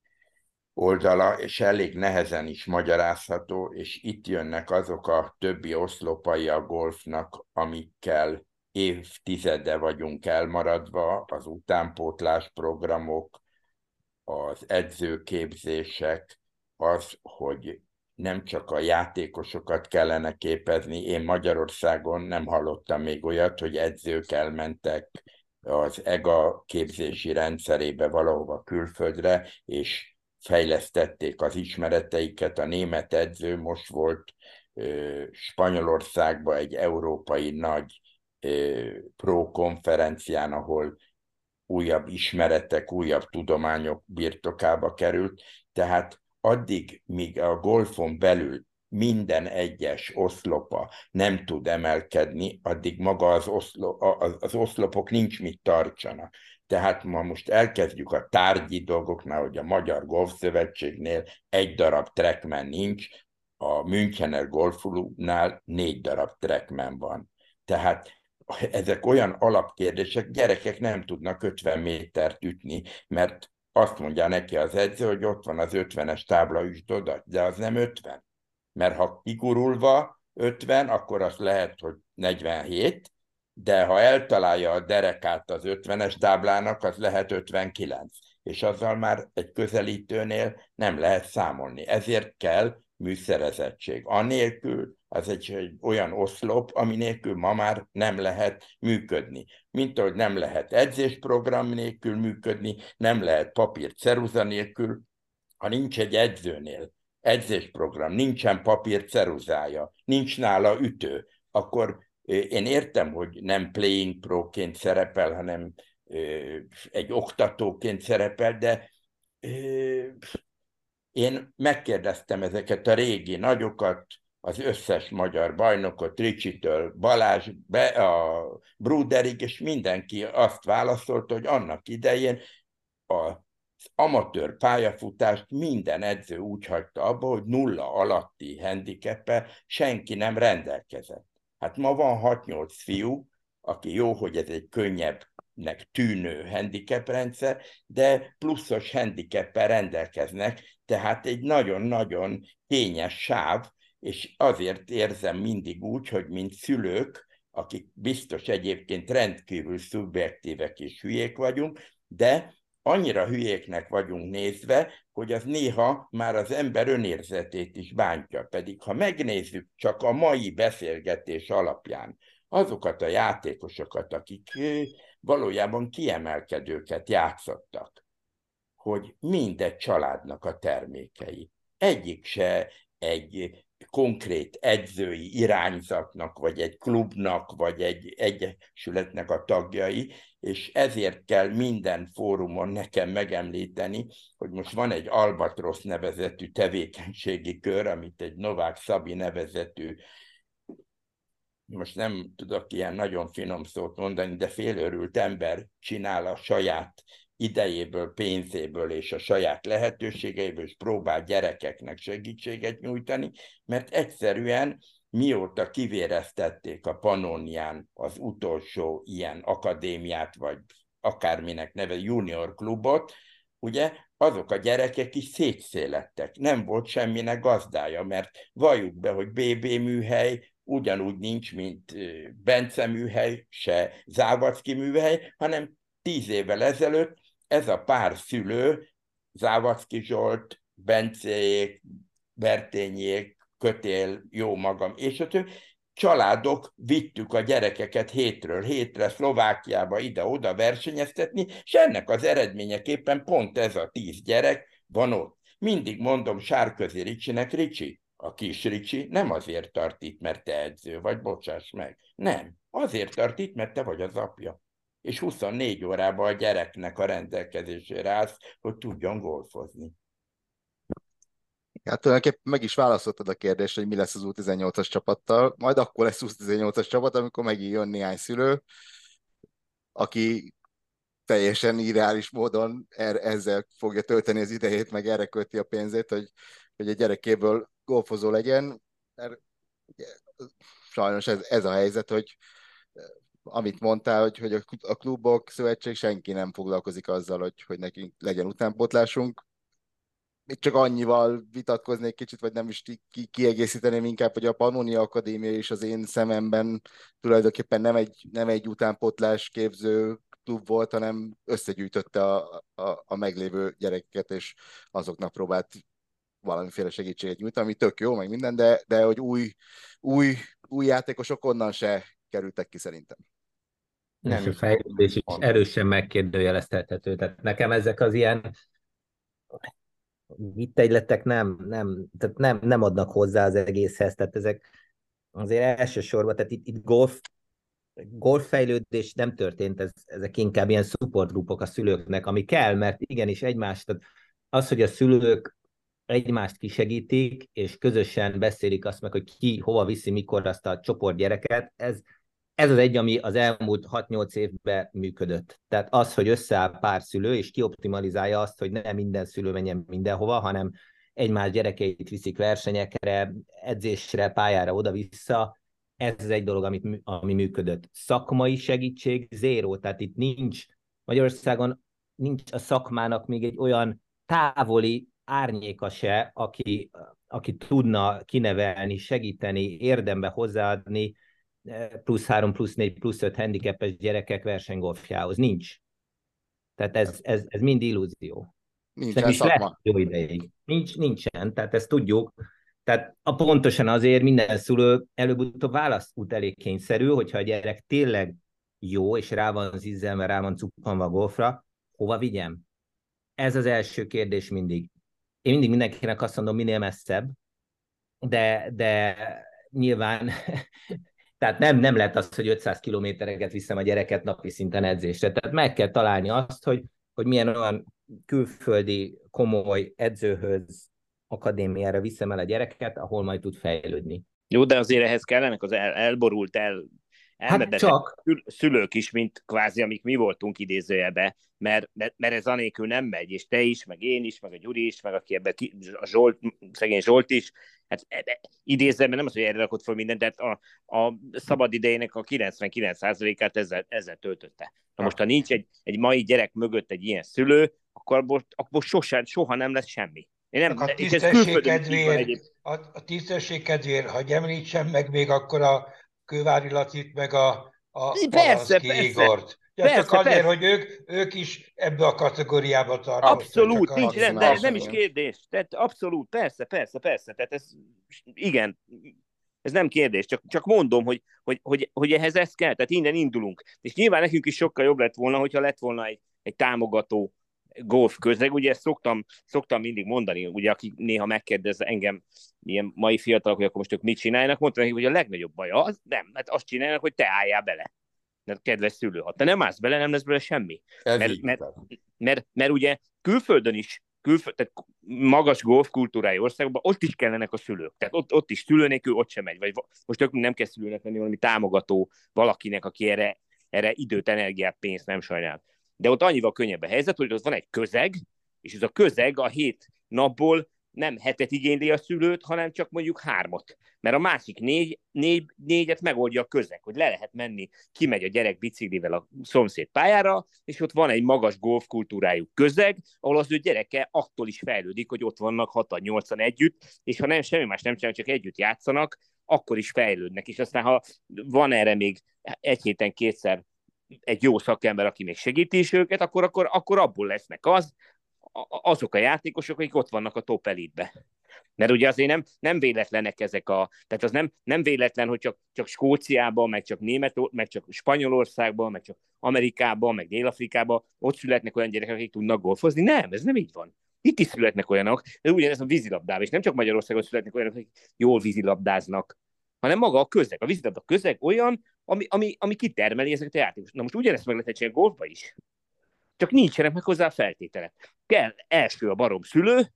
oldala, és elég nehezen is magyarázható, és itt jönnek azok a többi oszlopai a golfnak, amikkel évtizede vagyunk elmaradva, az utánpótlás programok, az edzőképzések, az, hogy nem csak a játékosokat kellene képezni. Én Magyarországon nem hallottam még olyat, hogy edzők elmentek az E G A képzési rendszerébe valahova külföldre, és fejlesztették az ismereteiket. A német edző most volt ö, Spanyolországban egy európai nagy ö, pro konferencián, ahol újabb ismeretek, újabb tudományok birtokába került. Tehát addig, míg a golfon belül minden egyes oszlopa nem tud emelkedni, addig maga az, oszlop, az, az oszlopok nincs mit tartsanak. Tehát ma most elkezdjük a tárgyi dolgoknál, hogy a Magyar Golfszövetségnél egy darab trackman nincs, a Münchener Golfklubnál négy darab trackman van. Tehát ezek olyan alapkérdések, gyerekek nem tudnak ötven métert ütni, mert azt mondja neki az edző, hogy ott van az ötvenes tábla, üsd oda, de az nem ötven. Mert ha kigurulva ötven, akkor az lehet, hogy negyvenhét, de ha eltalálja a derekát az ötvenes táblának, az lehet ötvenkilenc. És azzal már egy közelítőnél nem lehet számolni. Ezért kell műszerezettség. Anélkül az egy, egy olyan oszlop, ami nélkül ma már nem lehet működni. Mint ahogy nem lehet edzésprogram nélkül működni, nem lehet papír ceruza nélkül, ha nincs egy edzőnél edzésprogram, nincsen papír ceruzája, nincs nála ütő, akkor én értem, hogy nem playing proként szerepel, hanem egy oktatóként szerepel, de én megkérdeztem ezeket a régi nagyokat, az összes magyar bajnokot, Ricsitől Balázs, be, a Bruderig, és mindenki azt válaszolta, hogy annak idején az amatőr pályafutást minden edző úgy hagyta abba, hogy nulla alatti handicappel senki nem rendelkezett. Hát ma van hat-nyolc fiú, aki jó, hogy ez egy könnyebbnek tűnő handicap rendszer, de pluszos handicappel rendelkeznek, tehát egy nagyon-nagyon kényes sáv, és azért érzem mindig úgy, hogy mint szülők, akik biztos egyébként rendkívül szubjektívek és hülyék vagyunk, de annyira hülyéknek vagyunk nézve, hogy az néha már az ember önérzetét is bántja. Pedig ha megnézzük csak a mai beszélgetés alapján azokat a játékosokat, akik valójában kiemelkedőket játszottak, hogy mindegy családnak a termékei. Egyik se egy konkrét edzői irányzatnak, vagy egy klubnak, vagy egy egyesületnek a tagjai, és ezért kell minden fórumon nekem megemlíteni, hogy most van egy Albatrosz nevezetű tevékenységi kör, amit egy Novák Szabi nevezetű, most nem tudok ilyen nagyon finom szót mondani, de félőrült ember csinál a saját idejéből, pénzéből és a saját lehetőségeiből, és próbál gyerekeknek segítséget nyújtani, mert egyszerűen mióta kivéreztették a Pannonián az utolsó ilyen akadémiát, vagy akárminek neve, junior klubot, ugye azok a gyerekek is szétszélettek. Nem volt semminek gazdája, mert valljuk be, hogy bé bé műhely ugyanúgy nincs, mint Bence műhely, se Závacki műhely, hanem tíz évvel ezelőtt ez a pár szülő, Závacki Zsolt, Bencéjék, Bertényék, Kötél, jó magam, és a több, családok vittük a gyerekeket hétről hétre Szlovákiába ide-oda versenyeztetni, és ennek az eredményeképpen pont ez a tíz gyerek van ott. Mindig mondom Sárközi Ricsinek, Ricsi, a kis Ricsi nem azért tart itt, mert te edző vagy, bocsáss meg. Nem, azért tart itt, mert te vagy az apja. És huszonnégy órában a gyereknek a rendelkezésére állsz, hogy tudjon golfozni. Hát tulajdonképpen meg is válaszoltad a kérdést, hogy mi lesz az U tizennyolcas csapattal. Majd akkor lesz U tizennyolcas csapat, amikor megint jön néhány szülő, aki teljesen irreális módon er, ezzel fogja tölteni az idejét, meg erre költi a pénzét, hogy, hogy a gyerekéből golfozó legyen. Mert ugye, sajnos ez, ez a helyzet, hogy amit mondtál, hogy, hogy a klubok, szövetség, senki nem foglalkozik azzal, hogy, hogy nekünk legyen utánpótlásunk. Még csak annyival vitatkoznék kicsit, vagy nem is ki, kiegészíteném inkább, hogy a Pannonia Akadémia is az én szememben tulajdonképpen nem egy, nem egy utánpótlás képző klub volt, hanem összegyűjtötte a, a, a meglévő gyerekeket, és azoknak próbált valamiféle segítséget nyújtani, ami tök jó, meg minden, de, de hogy új, új, új játékosok onnan se kerültek ki szerintem. Nem, és a fejlődés is erősen megkérdőjeleztethető. Tehát nekem ezek az ilyen vittegyletek nem, nem, tehát nem, nem adnak hozzá az egészhez. Tehát ezek azért elsősorban, tehát itt, itt golf, golffejlődés nem történt, ez, ezek inkább ilyen supportgrupok a szülőknek, ami kell, mert igenis egymást, tehát az, hogy a szülők egymást kisegítik, és közösen beszélik azt meg, hogy ki hova viszi mikor azt a csoport gyereket, ez, ez az egy, ami az elmúlt hat-nyolc évben működött. Tehát az, hogy összeáll pár szülő, és kioptimalizálja azt, hogy nem minden szülő menjen mindenhova, hanem egymás gyerekeit viszik versenyekre, edzésre, pályára, oda-vissza. Ez az egy dolog, amit, ami működött. Szakmai segítség zéró, tehát itt nincs, Magyarországon nincs a szakmának még egy olyan távoli árnyéka se, aki, aki tudna kinevelni, segíteni, érdembe hozzáadni plusz három, plusz négy, plusz öt handicapes gyerekek versenygolfjához. Nincs. Tehát ez, ez, ez mind illúzió. Nincsen Nem is szakma. lehet jó ideig. Nincs, nincsen, tehát ezt tudjuk. Tehát a pontosan azért minden szülő előbb-utóbb válaszút elég kényszerű, hogyha a gyerek tényleg jó, és rá van zizzelve, rá van cuppanva a golfra, hova vigyem? Ez az első kérdés mindig. Én mindig mindenkinek azt mondom, minél messzebb, de, de nyilván tehát nem, nem lehet az, hogy ötszáz kilométereket viszem a gyereket napi szinten edzésre. Tehát meg kell találni azt, hogy, hogy milyen olyan külföldi, komoly edzőhöz, akadémiára viszem el a gyereket, ahol majd tud fejlődni. Jó, de azért ehhez kellenek az el, elborult, el, elmebeteg Hát csak. szülők is, mint kvázi, amik mi voltunk idézőjelbe, mert, mert, mert ez anélkül nem megy, és te is, meg én is, meg a Gyuri is, meg aki ebben ki, a Zsolt, szegény Zsolt is, hát idézőjelben nem az, hogy erre rakott fel mindent, de a, a szabad idejének a kilencvenkilenc százalékát ezzel, ezzel töltötte. Na most, ha nincs egy, egy mai gyerek mögött egy ilyen szülő, akkor most, akkor sosem, soha nem lesz semmi. Én nem, A tisztesség kedvéért, a, a tisztesség kedvéért, hagyj említsem meg még akkor a Kővári Lacit, meg a, a Palanszki Igort. Ja, csak azért, persze. Hogy ők, ők is ebbe a kategóriába tartoznak. Abszolút, nincs, nem, de ez nem is kérdés. Tehát abszolút, persze, persze, persze. Tehát ez, igen, ez nem kérdés, csak, csak mondom, hogy, hogy, hogy, hogy ehhez ez kell, tehát innen indulunk. És nyilván nekünk is sokkal jobb lett volna, hogyha lett volna egy, egy támogató golf közeg, ugye ezt szoktam, szoktam mindig mondani, ugye aki néha megkérdez engem, milyen mai fiatalok, hogy akkor most ők mit csinálnak, mondtam neki, hogy a legnagyobb baj az, nem, mert azt csinálnak, hogy te álljál bele. Mert kedves szülő, ha te nem állsz bele, nem lesz bele semmi. Mert, mert, mert, mert, mert ugye külföldön is, külföld, tehát magas golf kultúrájú országokban ott is kellenek a szülők. Tehát ott, ott is szülő nélkül ott sem megy. Vagy most tök nem kell szülőnek lenni, valami támogató valakinek, aki erre, erre időt, energiát, pénzt nem sajnál. De ott annyival könnyebb a helyzet, hogy ott van egy közeg, és ez a közeg a hét napból nem hetet igényli a szülőt, hanem csak mondjuk hármat. Mert a másik négy, négy, négyet megoldja a közeg, hogy le lehet menni, kimegy a gyerek biciklivel a szomszéd pályára, és ott van egy magas golfkultúrájú közeg, ahol az ő gyereke attól is fejlődik, hogy ott vannak hatan-nyolcan együtt, és ha nem semmi más nem csinálnak, csak együtt játszanak, akkor is fejlődnek. És aztán, ha van erre még egy héten kétszer egy jó szakember, aki még segíti is őket, akkor, akkor, akkor abból lesznek az, azok a játékosok, akik ott vannak a top elitbe. Mert ugye azért nem, nem véletlenek ezek a... Tehát az nem, nem véletlen, hogy csak, csak Skóciában, meg csak Német, meg csak Spanyolországban, meg csak Amerikában, meg Dél-Afrikában ott születnek olyan gyerekek, akik tudnak golfozni. Nem, ez nem így van. Itt is születnek olyanok, de ugyanez a vízilabdában, és nem csak Magyarországon születnek olyanok, akik jól vízilabdáznak, hanem maga a közeg. A vízilabda közeg olyan, ami, ami, ami kitermeli ezeket a játékosokat. Na most ugyanezt meg lehet csinálni golfba is. Csak nincsenek meg hozzá feltételek. Kell első a barom szülő,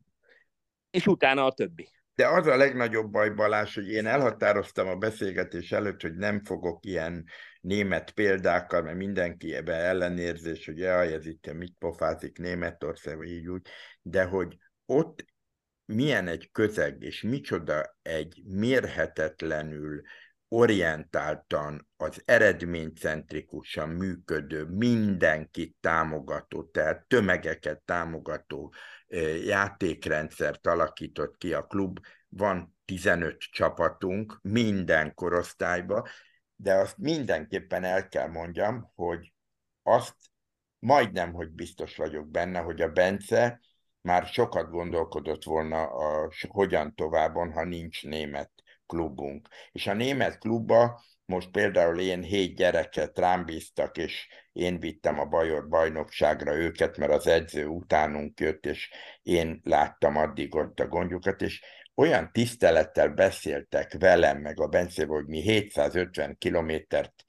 és utána a többi. De az a legnagyobb baj, Balázs, hogy én elhatároztam a beszélgetés előtt, hogy nem fogok ilyen német példákkal, mert mindenki ebben ellenérzés, hogy jaj, ez itt mit pofázik Németország, vagy így úgy, de hogy ott milyen egy közeg, és micsoda egy mérhetetlenül orientáltan, az eredménycentrikusan működő, mindenkit támogató, tehát tömegeket támogató játékrendszert alakított ki a klub. Van tizenöt csapatunk minden korosztályba, de azt mindenképpen el kell mondjam, hogy azt majdnem, hogy biztos vagyok benne, hogy a Bence már sokat gondolkodott volna a hogyan továbbon, ha nincs német klubunk. És a német klubba most például én hét gyereket rám bíztak, és én vittem a Bajor bajnokságra őket, mert az edző utánunk jött, és én láttam addig ott a gondjukat, és olyan tisztelettel beszéltek velem, meg a Bencével, hogy mi hétszázötven kilométert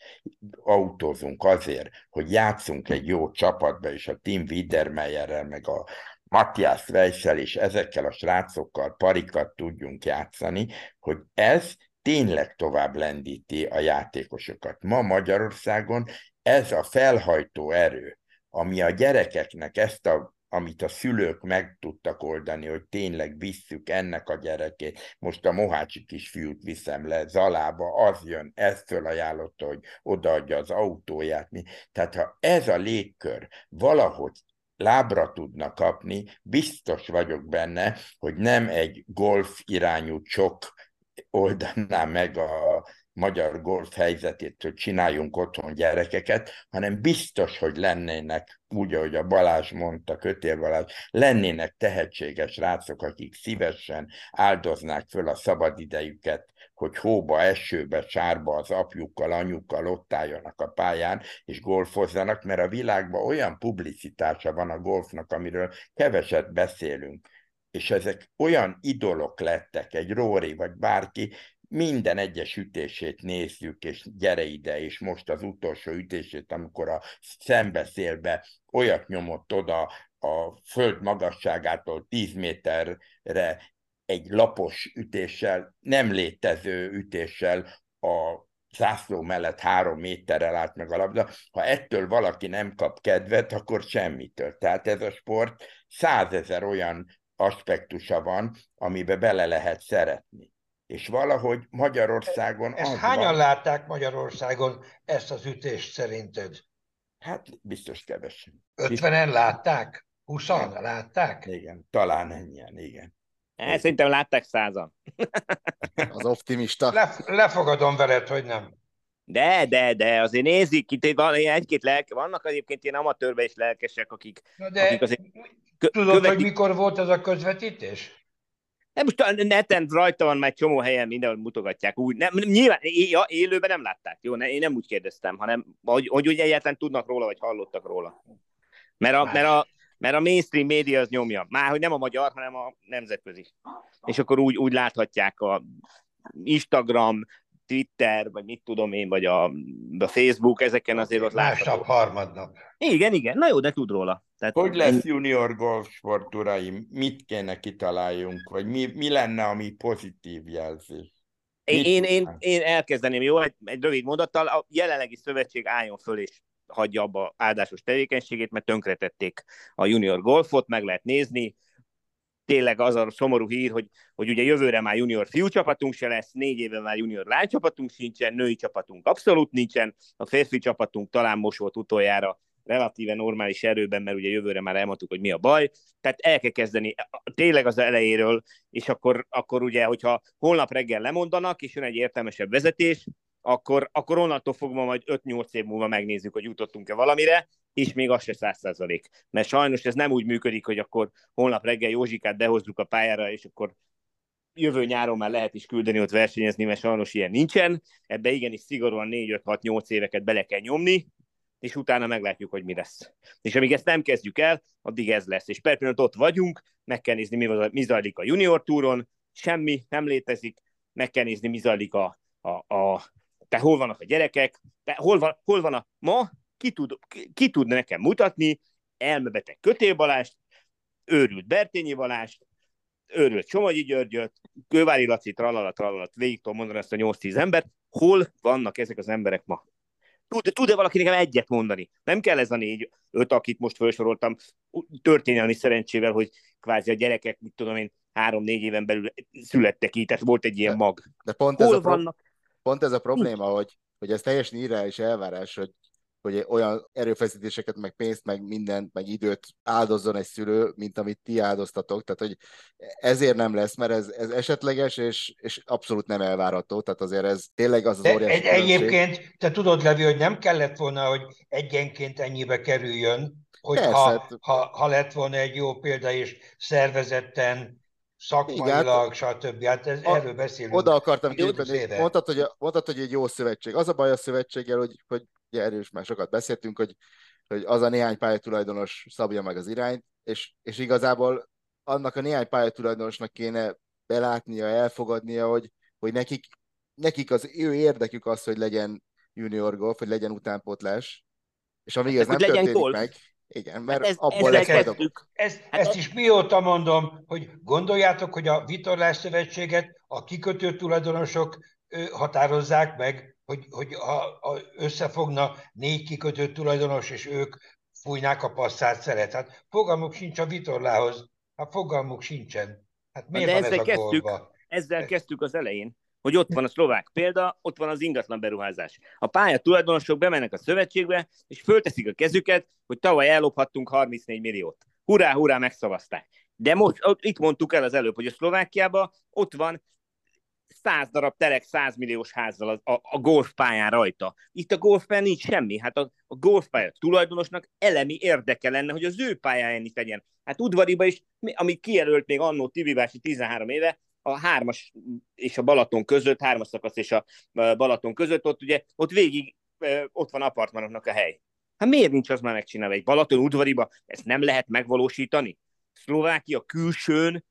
autózunk azért, hogy játszunk egy jó csapatba, és a Tim Wiedermeyerrel, meg a Matthias Weissel és ezekkel a srácokkal parikat tudjunk játszani, hogy ez tényleg tovább lendíti a játékosokat. Ma Magyarországon ez a felhajtó erő, ami a gyerekeknek ezt a, amit a szülők meg tudtak oldani, hogy tényleg visszük ennek a gyerekét. Most a Mohácsi kisfiút viszem le Zalába, az jön, ezt fölajánlotta, hogy odaadja az autóját. Tehát ha ez a légkör valahogy lábra tudna kapni, biztos vagyok benne, hogy nem egy golf irányú csok oldaná meg a magyar golf helyzetét, hogy csináljunk otthon gyerekeket, hanem biztos, hogy lennének, úgy, ahogy a Balázs mondta, Kötél Balázs, lennének tehetséges rácok, akik szívesen áldoznák föl a szabadidejüket, hogy hóba, esőbe, sárba az apjukkal, anyukkal ott álljanak a pályán, és golfozzanak, mert a világban olyan publicitása van a golfnak, amiről keveset beszélünk, és ezek olyan idolok lettek, egy Rory vagy bárki, minden egyes ütését nézzük, és gyere ide, és most az utolsó ütését, amikor a szembeszélbe olyat nyomott oda a föld magasságától tíz méterre egy lapos ütéssel, nem létező ütéssel a zászló mellett három méterrel állt meg a labda. Ha ettől valaki nem kap kedvet, akkor semmitől. Tehát ez a sport százezer olyan aspektusa van, amiben bele lehet szeretni. És valahogy Magyarországon Ezt az hányan van, látták Magyarországon, ezt az ütést szerinted? hát biztos kevesen. ötvenen látták? húszan látták? Igen, talán ennyien, igen. Hát, szerintem látták százan. Az optimista. Le, lefogadom veled, hogy nem. De, de, de, azért nézik, itt van egy-két lelke, vannak egyébként ilyen amatőrben is lelkesek, akik, Na de akik azért kö- tudod, követik. hogy mikor volt ez a közvetítés? Nem, most a neten rajta van, már egy csomó helyen mindenhol mutogatják. Úgy, nem, nyilván ja, élőben nem látták. Jó, ne, én nem úgy kérdeztem, hanem hogy, hogy ugye egyáltalán tudnak róla, vagy hallottak róla. Mert a, mert a, mert a mainstream média az nyomja. Már, hogy nem a magyar, hanem a nemzetközi. És akkor úgy, úgy láthatják a Instagram, Twitter, vagy mit tudom én, vagy a, a Facebook, ezeken azért ott Másnap, látható. harmadnap. Igen, igen, na jó, de tud róla. Tehát, Hogy lesz junior golf sport, uraim? Mit kéne kitaláljunk? Vagy mi, mi lenne, ami pozitív jelzés? Én, én, én, én elkezdeném, jó, egy, egy rövid mondattal, a jelenlegi szövetség álljon föl és hagyja abba áldásos tevékenységét, mert tönkretették a junior golfot, meg lehet nézni. Tényleg az a szomorú hír, hogy, hogy ugye jövőre már junior fiú csapatunk se lesz, négy éve már junior lány csapatunk sincsen, női csapatunk abszolút nincsen, a férfi csapatunk talán most volt utoljára relatíve normális erőben, mert ugye jövőre már elmondtuk, hogy mi a baj. Tehát el kell kezdeni tényleg az elejéről, és akkor, akkor ugye, hogyha holnap reggel lemondanak, és jön egy értelmesebb vezetés, akkor, akkor onnantól fogva majd öt-nyolc év múlva megnézzük, hogy jutottunk-e valamire, és még az se száz százalék. Mert sajnos ez nem úgy működik, hogy akkor holnap reggel Józsikát behozzuk a pályára, és akkor jövő nyáron már lehet is küldeni ott versenyezni, mert sajnos ilyen nincsen. Ebbe igenis szigorúan négy-öt-hat-nyolc éveket bele kell nyomni, és utána meglátjuk, hogy mi lesz. És amíg ezt nem kezdjük el, addig ez lesz. És per pillanat ott vagyunk, meg kell nézni, mi, mi zajlik a junior túron, semmi nem létezik, meg kell nézni, mi zajlik a, a, a tehát hol vannak a gyerekek, hol van, hol van a ma, ki tud, ki, ki tud nekem mutatni elmebeteg Kötél Balást, őrült Bertényi Balást, őrült Somogyi Györgyöt, Kővári Laci, tralala, tralala, végig tudom mondani ezt a nyolc-tíz embert, hol vannak ezek az emberek ma? Tud, tud-e valaki nekem egyet mondani? Nem kell ez a négy, öt, akit most felsoroltam, történelmi szerencsével, hogy kvázi a gyerekek, mit tudom én, három-négy éven belül születtek így, tehát volt egy ilyen mag. De pont hol ez a pro- vannak? Pont ez a probléma, hogy, hogy ez teljesen irreális elvárás, hogy, hogy olyan erőfeszítéseket, meg pénzt, meg mindent, meg időt áldozzon egy szülő, mint amit ti áldoztatok. Tehát, hogy ezért nem lesz, mert ez, ez esetleges, és, és abszolút nem elvárható. Tehát azért ez tényleg az az De óriási egy, egyébként te tudod, Levi, hogy nem kellett volna, hogy egyenként ennyibe kerüljön, hogy Persze, ha, hát- ha, ha lett volna egy jó példa, és szervezetten, szakmailag, stb. Hát ez, A- erről beszélünk. Oda akartam Hát kiukadni, éve. mondtad, hogy, mondtad, hogy egy jó szövetség. Az a baj a szövetséggel, hogy, hogy ugye erről is már sokat beszéltünk, hogy, hogy az a néhány pályatulajdonos szabja meg az irányt, és, és igazából annak a néhány pályatulajdonosnak kéne belátnia, elfogadnia, hogy, hogy nekik, nekik az ő érdekük az, hogy legyen junior golf, hogy legyen utánpótlás, és amíg ez Hogy nem legyen történik golf. meg, Igen, mert Hát ez, abból ezzel lesz majd a... kezdtük. Ezt, Hát ezt ez, is mióta mondom, hogy gondoljátok, hogy a Vitorlás Szövetséget a kikötő tulajdonosok ö, határozzák meg, hogy, hogy ha, ha összefogna négy kikötő tulajdonos, és ők fújnák a passzát szeret. Hát fogalmuk sincs a vitorlához. Hát fogalmuk sincsen. Hát Na miért de van ez ezzel a kezdtük, golba? ezzel kezdtük az elején, hogy ott van a szlovák példa, ott van az ingatlan beruházás. A pálya tulajdonosok bemennek a szövetségbe, és fölteszik a kezüket, hogy tavaly ellophattunk harmincnégy milliót. Hurrá, hurrá, megszavazták. De most itt mondtuk el az előbb, hogy a Szlovákiában ott van száz darab telek száz milliós házzal a, a, a golfpályán rajta. Itt a golfpályán nincs semmi. Hát a, a golfpálya tulajdonosnak elemi érdeke lenne, hogy az ő pályáján is legyen. Hát Udvariba is, amit kijelölt még annó Tibibási tizenhárom éve, a hármas és a Balaton között, hármas szakasz és a Balaton között, ott ugye, ott végig ott van apartmanoknak a hely. Hát miért nincs az már megcsinálva? Egy Balaton Udvariba ezt nem lehet megvalósítani? Szlovákia külsőn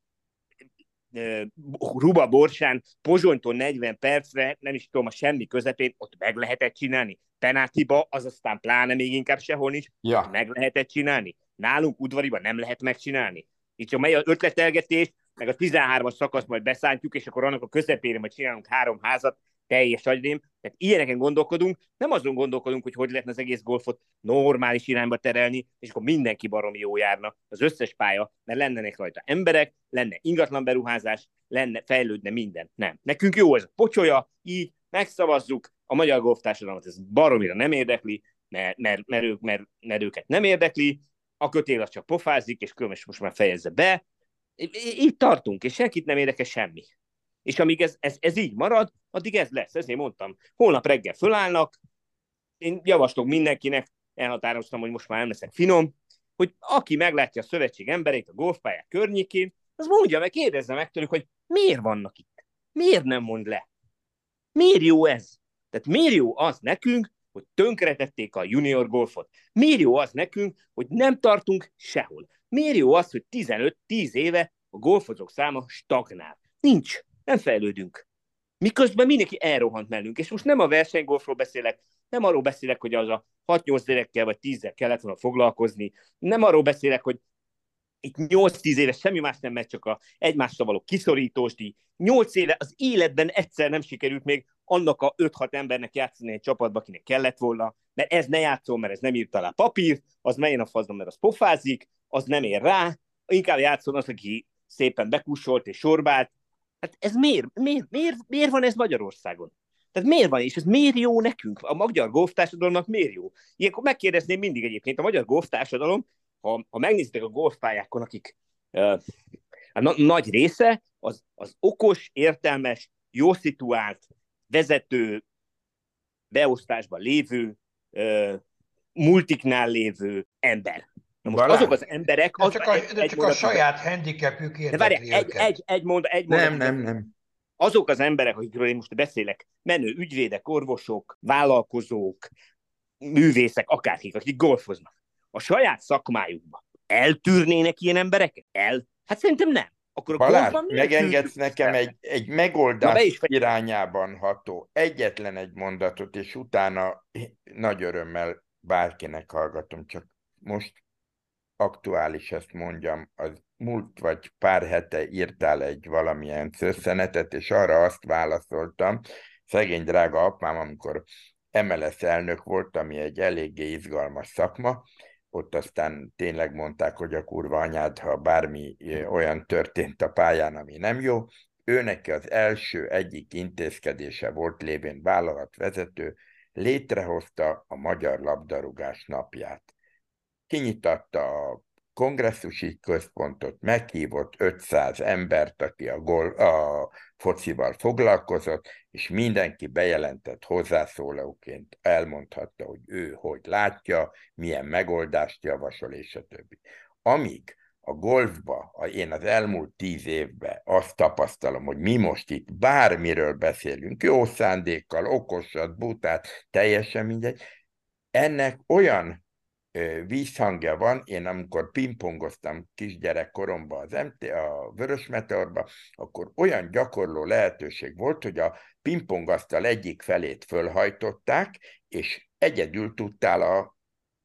Ruba Borsán, Pozsonytól negyven percre, nem is tudom, a semmi közepén, ott meg lehetett csinálni. Penátiba, az aztán pláne még inkább sehol nincs, ja. Ott meg lehetett csinálni. Nálunk Udvariba nem lehet megcsinálni. Itt csak megy az ötletelgetés, meg a tizenhármas szakasz majd beszántjuk, és akkor annak a közepére majd csinálunk három házat, teljes agyrém. Tehát ilyeneken gondolkodunk, nem azon gondolkodunk, hogy hogy lehetne az egész golfot normális irányba terelni, és akkor mindenki baromi jó járna, az összes pálya, mert lennének rajta emberek, lenne ingatlan beruházás, lenne, fejlődne minden. Nem. Nekünk jó ez a pocsolya, így megszavazzuk, a magyar golftársadalmat ez baromira nem érdekli, mert, mert, mert, ők, mert, mert őket nem érdekli, a kötél az csak pofázik, és különösen most már fejezze be. Itt tartunk, és senkit nem érdekel semmi. És amíg ez, ez, ez így marad, addig ez lesz. Ezért mondtam, holnap reggel fölállnak, én javaslok mindenkinek, elhatároztam, hogy most már nem leszek finom, hogy aki meglátja a szövetség emberét a golfpályák környékén, az mondja meg, kérdezze meg tőlük, hogy miért vannak itt? Miért nem mond le? Miért jó ez? Tehát miért jó az nekünk, hogy tönkretették a junior golfot? Miért jó az nekünk, hogy nem tartunk sehol? Miért jó az, hogy tizenöt-tíz éve a golfozók száma stagnál? Nincs. Nem fejlődünk. Miközben mindenki elrohant mellünk. És most nem a versenygolfról beszélek, nem arról beszélek, hogy az a hat-nyolc gyerekkel vagy tízzel kellett volna foglalkozni, nem arról beszélek, hogy itt nyolc-tíz éve semmi más nem megy, csak a egymással való kiszorítósdi. nyolc éve az életben egyszer nem sikerült még annak a öt-hat embernek játszani egy csapatba, akinek kellett volna, mert ez ne játszol, mert ez nem írt alá papírt, az menjen a faszba, mert az pofázik, az nem ér rá, inkább játszol az, aki szépen bekussolt és sorbált. Hát ez miért, miért, miért, miért van ez Magyarországon? Tehát miért van, és ez miért jó nekünk? A magyar golftársadalomnak miért jó? Ilyenkor megkérdezném mindig egyébként, a magyar golftársadalom, ha, ha megnézitek a golfpályákon, akik uh, a na- nagy része, az, az okos, értelmes, jó szituált, vezető, beosztásban lévő, uh, multiknál lévő ember. Na most Balázs? azok az emberek... De az csak a, egy, de egy csak a saját handicapjük érdekli de várjál, egy, őket. egy, egy, mond, egy Nem, mondat, nem, nem. azok az emberek, akikről én most beszélek, menő ügyvédek, orvosok, vállalkozók, művészek, akárkik, akik golfoznak, a saját szakmájukba eltűrnének ilyen embereket? El? Hát szerintem nem. Akkor a Balázs, golfban miért megengedsz tűrjük nekem el? egy, egy Na, megoldás be is fe- irányában ható, egyetlen egy mondatot, és utána nagy örömmel bárkinek hallgatom, csak most aktuális, ezt mondjam, az múlt vagy pár hete írtál egy valamilyen szösszenetet, és arra azt válaszoltam, szegény drága apám, amikor em el es elnök volt, ami egy eléggé izgalmas szakma, ott aztán tényleg mondták, hogy a kurva anyád, ha bármi olyan történt a pályán, ami nem jó, ő neki az első egyik intézkedése volt, lévén vállalatvezető, létrehozta a Magyar Labdarúgás napját. Kinyitatta a kongresszusi központot, meghívott ötszáz embert, aki a, gol, a focival foglalkozott, és mindenki bejelentett hozzászólóként, elmondhatta, hogy ő hogy látja, milyen megoldást javasol, és a többi. Amíg a golfba, én az elmúlt tíz évben azt tapasztalom, hogy mi most itt bármiről beszélünk, jó szándékkal, okosat, butát, teljesen mindegy, ennek olyan vízhangja van. Én amikor pingpongoztam kisgyerekkoromban az em té, a Vörös Meteorba, akkor olyan gyakorló lehetőség volt, hogy a pingpongasztal egyik felét fölhajtották, és egyedül tudtál a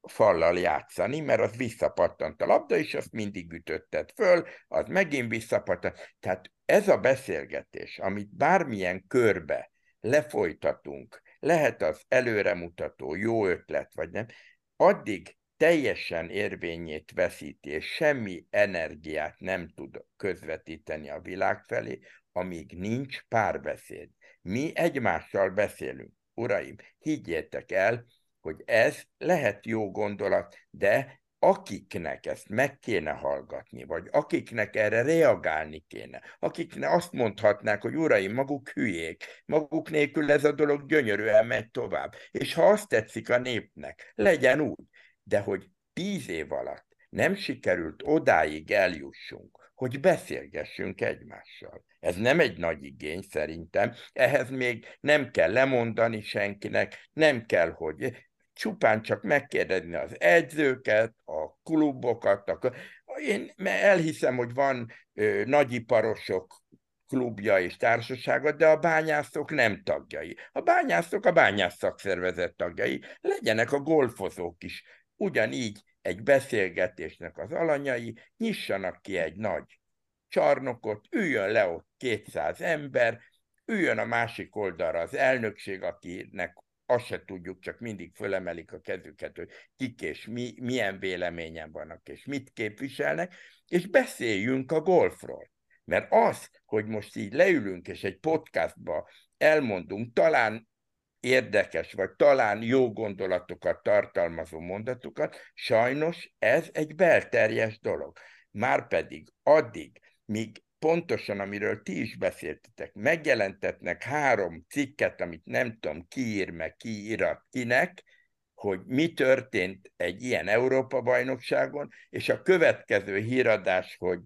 fallal játszani, mert az visszapattant a labda, és azt mindig ütötted föl, az megint visszapattant. Tehát ez a beszélgetés, amit bármilyen körbe lefolytatunk, lehet az előremutató, jó ötlet, vagy nem, addig teljesen érvényét veszíti, és semmi energiát nem tud közvetíteni a világ felé, amíg nincs párbeszéd. Mi egymással beszélünk. Uraim, higgyétek el, hogy ez lehet jó gondolat, de akiknek ezt meg kéne hallgatni, vagy akiknek erre reagálni kéne, akiknek azt mondhatnák, hogy uraim, maguk hülyék, maguk nélkül ez a dolog gyönyörűen megy tovább. És ha azt tetszik a népnek, legyen úgy. De hogy tíz év alatt nem sikerült odáig eljussunk, hogy beszélgessünk egymással. Ez nem egy nagy igény szerintem, ehhez még nem kell lemondani senkinek, nem kell, hogy csupán csak megkérdezni az edzőket, a klubokat. A... Én elhiszem, hogy van ö, nagyiparosok klubja és társasága, de a bányászok nem tagjai. A bányászok a bányász szakszervezet tagjai, legyenek a golfozók is. Ugyanígy egy beszélgetésnek az alanyai, nyissanak ki egy nagy csarnokot, üljön le ott kétszáz ember, üljön a másik oldalra az elnökség, akinek azt se tudjuk, csak mindig fölemelik a kezüket, hogy kik és mi, milyen véleményen vannak, és mit képviselnek, és beszéljünk a golfról. Mert az, hogy most így leülünk, és egy podcastba elmondunk, talán érdekes, vagy talán jó gondolatokat tartalmazó mondatokat, sajnos ez egy belterjes dolog. Márpedig addig, míg pontosan, amiről ti is beszéltetek, megjelentetnek három cikket, amit nem tudom, ki ír meg, ki írat kinek, hogy mi történt egy ilyen Európa-bajnokságon, és a következő híradás, hogy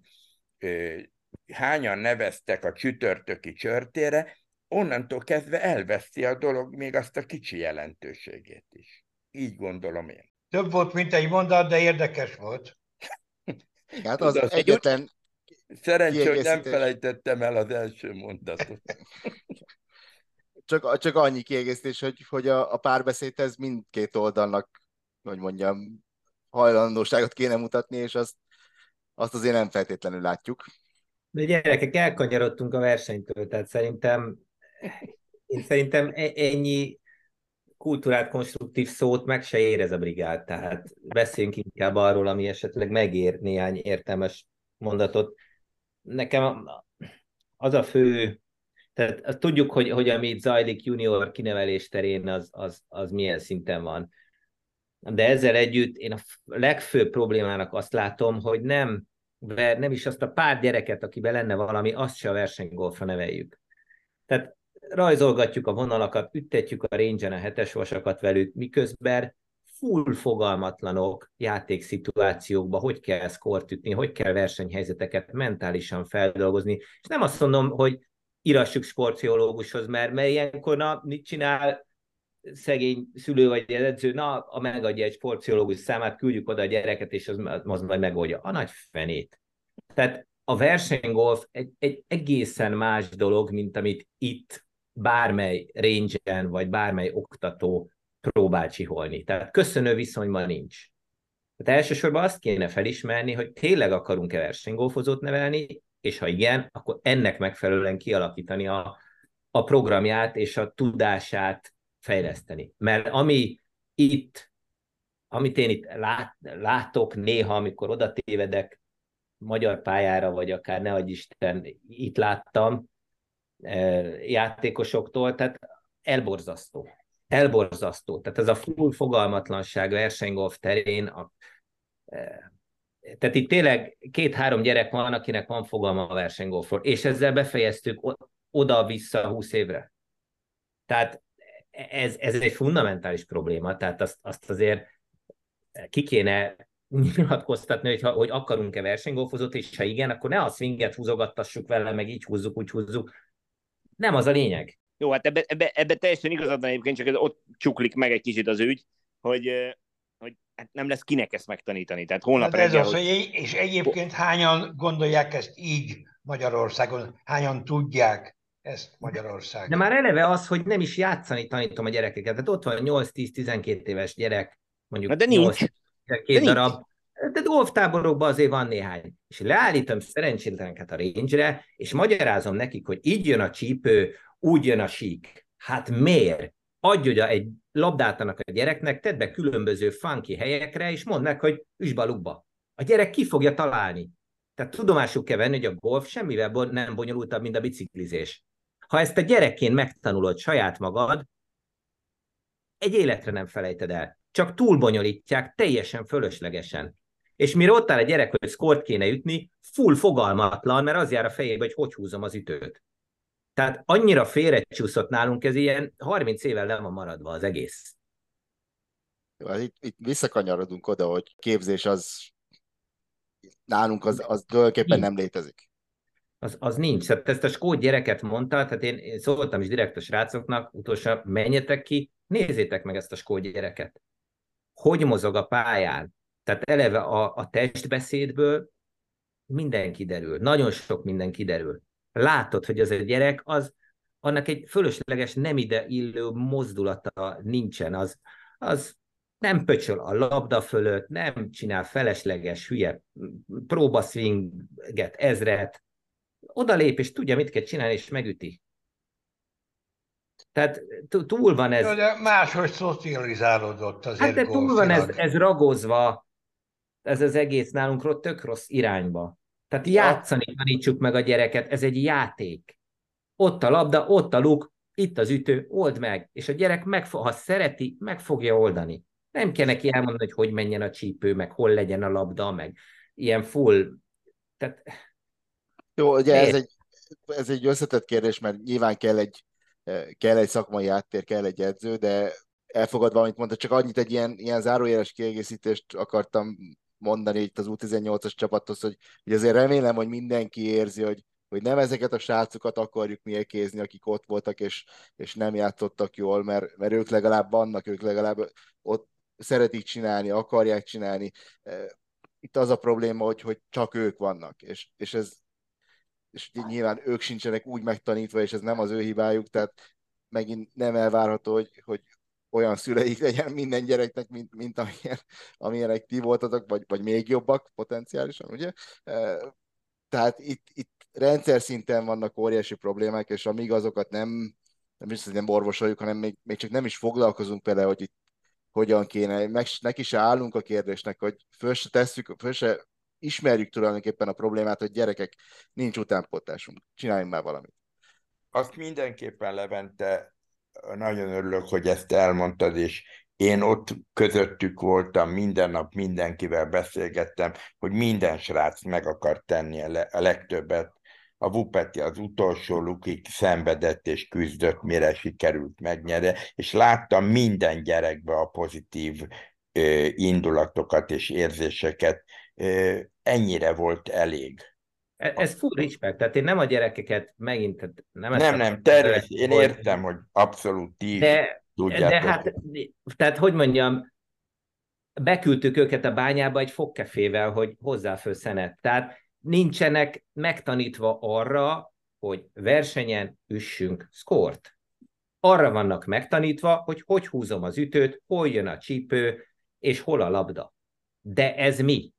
ö, hányan neveztek a csütörtöki csörtére, onnantól kezdve elveszti a dolog még azt a kicsi jelentőségét is. Így gondolom én. Több volt, mint egy mondat, de érdekes volt. Hát az Tudod, egyetlen szerencsé, hogy nem felejtettem el az első mondatot. Csak, csak annyi kiegészítés, hogy, hogy a, a párbeszédhez mindkét oldalnak, hogy mondjam, hajlandóságot kéne mutatni, és azt, azt azért nem feltétlenül látjuk. De gyerekek, elkanyarodtunk a versenytől, tehát szerintem, én szerintem ennyi kultúrát, konstruktív szót meg se ér ez a brigád, tehát beszéljünk inkább arról, ami esetleg megér néhány értelmes mondatot. Nekem az a fő, tehát azt tudjuk, hogy, hogy amit zajlik junior kinevelés terén, az, az, az milyen szinten van. De ezzel együtt én a legfőbb problémának azt látom, hogy nem, nem is azt a pár gyereket, akiben lenne valami, azt se a versenygolfra neveljük. Tehát rajzolgatjuk a vonalakat, üttetjük a range-en a hetes vasakat velük, miközben full fogalmatlanok játékszituációkba, hogy kell szkort ütni, hogy kell versenyhelyzeteket mentálisan feldolgozni. És nem azt mondom, hogy írassuk sportpszichológushoz, mert, mert ilyenkor na, mit csinál szegény szülő vagy edző, na, a megadja egy sportpszichológus számát, küldjük oda a gyereket, és az, az majd megoldja. A nagy fenét. Tehát a versenygolf egy, egy egészen más dolog, mint amit itt bármely range-en, vagy bármely oktató próbál csiholni. Tehát köszönő viszonyban nincs. Tehát elsősorban azt kéne felismerni, hogy tényleg akarunk-e versenygolfozót nevelni, és ha igen, akkor ennek megfelelően kialakítani a, a programját és a tudását fejleszteni. Mert ami itt, amit én itt lát, látok néha, amikor oda tévedek magyar pályára, vagy akár ne adj Isten, itt láttam játékosoktól, tehát elborzasztó. Elborzasztó. Tehát ez a full fogalmatlanság versenygolf terén, a, tehát itt tényleg két-három gyerek van, akinek van fogalma a versenygolfról, és ezzel befejeztük oda-vissza húsz évre. Tehát ez, ez egy fundamentális probléma, tehát azt, azt azért ki kéne nyilatkoztatni, hogy, hogy akarunk-e versenygolfozót, és ha igen, akkor ne a swinget húzogattassuk vele, meg így húzzuk, úgy húzzuk. Nem az a lényeg. Jó, hát ebbe, ebbe, ebbe teljesen igazad van egyébként, csak ez ott csuklik meg egy kicsit az ügy, hogy, hogy hát nem lesz kinek ezt megtanítani. Tehát holnap hát ez reggel, az, hogy... És egyébként hányan gondolják ezt így Magyarországon? Hányan tudják ezt Magyarországon? De már eleve az, hogy nem is játszani tanítom a gyerekeket. Tehát ott van nyolc-tíz-tizenkét éves gyerek, mondjuk Na de nincs. nyolc-tizenkét De nincs. darab, de golftáborokban azért van néhány. És leállítom szerencsétleneket a range-re, és magyarázom nekik, hogy így jön a csípő, úgy jön a sík. Hát miért? Adj oda egy labdátanak a gyereknek, tedd be különböző funky helyekre, és mondd meg, hogy üsbalukba. A gyerek ki fogja találni. Tehát tudomásul kell venni, hogy a golf semmivel nem bonyolultabb, mint a biciklizés. Ha ezt a gyerekként megtanulod saját magad, egy életre nem felejted el. Csak túlbonyolítják, teljesen fölöslegesen. És mire ott áll a gyerek, hogy szkort kéne ütni, full fogalmatlan, mert az jár a fejébe, hogy hogy húzom az ütőt. Tehát annyira félrecsúszott nálunk, ez ilyen harminc évvel le van maradva az egész. Itt, itt visszakanyarodunk oda, hogy képzés az nálunk az, az tulajdonképpen nem létezik. Az, az nincs. Tehát ezt a skót gyereket mondta, tehát én, én szóltam is direkt a srácoknak, utolsó, menjetek ki, nézzétek meg ezt a skót gyereket. Hogy mozog a pályán? Tehát eleve a, a testbeszédből minden kiderül, nagyon sok minden kiderül. Látod, hogy az a gyerek, az, annak egy fölösleges, nem ide illő mozdulata nincsen, az, az nem pöcsöl a labda fölött, nem csinál felesleges, hülye próbaszwinget, ezret, oda lép, és tudja, mit kell csinálni, és megüti. Tehát túl van ez... Ja, de máshogy szocializálódott azért Hát de túl van ez, golfilag. ez ragozva, ez az egész nálunk tök rossz irányba. Tehát Ja. játszani tanítsuk meg a gyereket, ez egy játék. Ott a labda, ott a luk, itt az ütő, old meg. És a gyerek, meg, ha szereti, meg fogja oldani. Nem kell neki elmondani, hogy hogy menjen a csípő, meg hol legyen a labda, meg ilyen full... Tehát... Jó, ugye ez egy, ez egy összetett kérdés, mert nyilván kell egy, kell egy szakmai háttér, kell egy edző, de elfogadva, amit mondta, csak annyit egy ilyen, ilyen zárójeles kiegészítést akartam mondani itt az U tizennyolcas csapathoz, hogy, hogy azért remélem, hogy mindenki érzi, hogy, hogy nem ezeket a srácokat akarjuk mi ekézni, akik ott voltak, és, és nem játszottak jól, mert, mert ők legalább vannak, ők legalább ott szeretik csinálni, akarják csinálni. Itt az a probléma, hogy, hogy csak ők vannak, és, és ez és nyilván ők sincsenek úgy megtanítva, és ez nem az ő hibájuk, tehát megint nem elvárható, hogy, hogy olyan szüleik legyen minden gyereknek, mint, mint amilyen, amilyenek ti voltatok, vagy, vagy még jobbak potenciálisan, ugye? Tehát itt, itt rendszer szinten vannak óriási problémák, és amíg azokat nem, nem is nem orvosoljuk, hanem még, még csak nem is foglalkozunk vele, hogy itt hogyan kéne, meg neki se állunk a kérdésnek, hogy föl se tesszük, föl se ismerjük tulajdonképpen a problémát, hogy gyerekek, nincs utánpótlásunk, csináljunk már valamit. Azt mindenképpen, Levente, nagyon örülök, hogy ezt elmondtad, és én ott közöttük voltam, minden nap mindenkivel beszélgettem, hogy minden srác meg akar tenni a, le, a legtöbbet. A Vupeti az utolsó lukig szenvedett és küzdött, mire sikerült megnyerni, és láttam minden gyerekbe a pozitív ö, indulatokat és érzéseket. Ö, ennyire volt elég. Ez full respect, tehát én nem a gyerekeket megint... Tehát nem, nem, nem, természetesen, én értem, hogy abszolút ti de, tudjátok. De hát, tehát hogy mondjam, beküldtük őket a bányába egy fogkefével, hogy hozzá föl szenet. Tehát nincsenek megtanítva arra, hogy versenyen üssünk szkort. Arra vannak megtanítva, hogy hogy húzom az ütőt, hol jön a csípő, és hol a labda. De ez mi?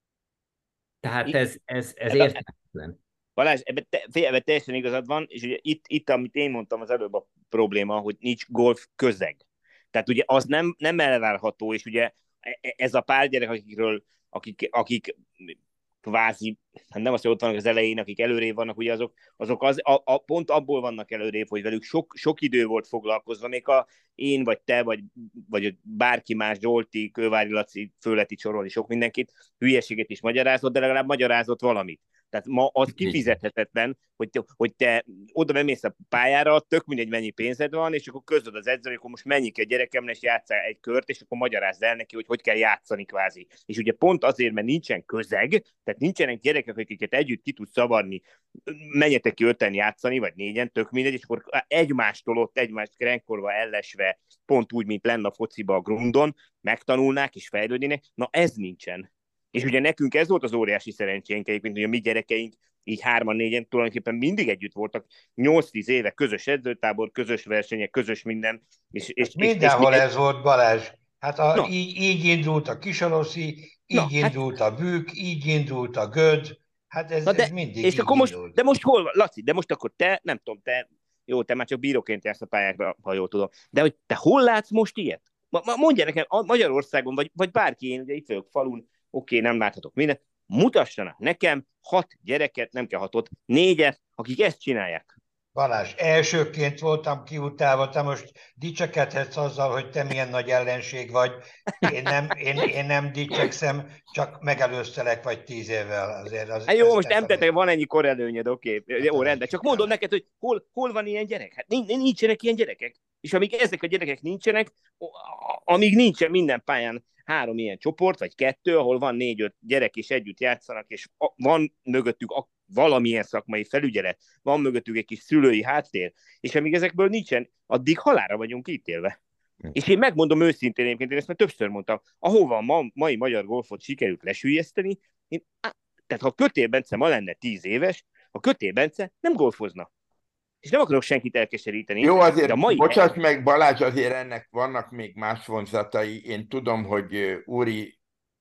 Tehát ez, ez, ez érthetetlen. Balázs, ebben te, ebbe teljesen igazad van, és ugye itt, itt, amit én mondtam az előbb a probléma, hogy nincs golf közeg. Tehát ugye az nem, nem elvárható, és ugye ez a pár gyerek, akikről, akik, akik kvázi, nem azt, hogy ott vannak az elején, akik előrébb vannak, ugye azok, azok az, a, a, pont abból vannak előrébb, hogy velük sok, sok idő volt foglalkozva, még ha én, vagy te, vagy, vagy bárki más, Zsolti, Kővári Laci, föl lehet itt sorolni sok mindenkit, hülyeséget is magyarázott, de legalább magyarázott valamit. Tehát ma az kifizethetetlen, hogy te, hogy te oda bemész a pályára, tök mindegy mennyi pénzed van, és akkor közöd az edző, hogy akkor most menjék a gyerekemnek, és játsszál egy kört, és akkor magyarázd el neki, hogy hogy kell játszani kvázi. És ugye pont azért, mert nincsen közeg, tehát nincsenek gyerekek, akiket együtt ki tudsz szavarni, menjetek ki öten játszani, vagy négyen, tök mindegy, és akkor egymástól ott, egymást krenkolva, ellesve, pont úgy, mint lenne a fociba a grundon, megtanulnák és fejlődnének, na ez nincsen. És ugye nekünk ez volt az óriási szerencsénk, egyébként, hogy a mi gyerekeink így hárman, négyen tulajdonképpen mindig együtt voltak, nyolc-tíz éve közös edzőtábor, közös versenyek, közös minden. És, és, Mindenhol és, és ez volt, Balázs. Hát a, Na, így, így indult a Kisoroszi, így na, hát, indult a Bükk, így indult a Göd, hát ez, na ez de, mindig és így akkor most, indult. de most hol van, Laci, de most akkor te, nem tudom, te, jó, te már csak bíróként jársz a pályákra, ha jól tudom, de hogy te hol látsz most ilyet? Ma, ma mondja nekem, a Magyarországon, vagy, vagy bárki, én ugye itt vagyok falun, oké, nem láthatok mindent, mutassanak nekem hat gyereket, nem kell hatot, négyet, akik ezt csinálják. Balázs, elsőként voltam kiutálva, te most dicsekedhetsz azzal, hogy te milyen nagy ellenség vagy. Én nem, én, én nem dicsekszem, csak megelőztelek vagy tíz évvel azért. Az, Hát jó, ezt most ne nem tettek, felejtsd, van ennyi korelőnyed, oké, ne jó, rendben. Csak felejtsük mondom el. neked, hogy hol, hol van ilyen gyerek? Hát nincsenek ilyen gyerekek. És amíg ezek a gyerekek nincsenek, amíg nincsen minden pályán három ilyen csoport, vagy kettő, ahol van négy-öt gyerek, és együtt játszanak, és van mögöttük valamilyen szakmai felügyelet, van mögöttük egy kis szülői háttér, és amíg ezekből nincsen, addig halálra vagyunk ítélve. És én megmondom őszintén, egyébként én ezt már többször mondtam, ahova a ma, mai magyar golfot sikerült lesüllyeszteni, én, á, tehát ha a Kötél Bence ma lenne tíz éves, a Kötél Bence nem golfozna. És nem akarok senkit elkeseríteni, Jó, de a azért, mai... bocsáss meg, Balázs, azért ennek vannak még más vonzatai. Én tudom, hogy ö, úri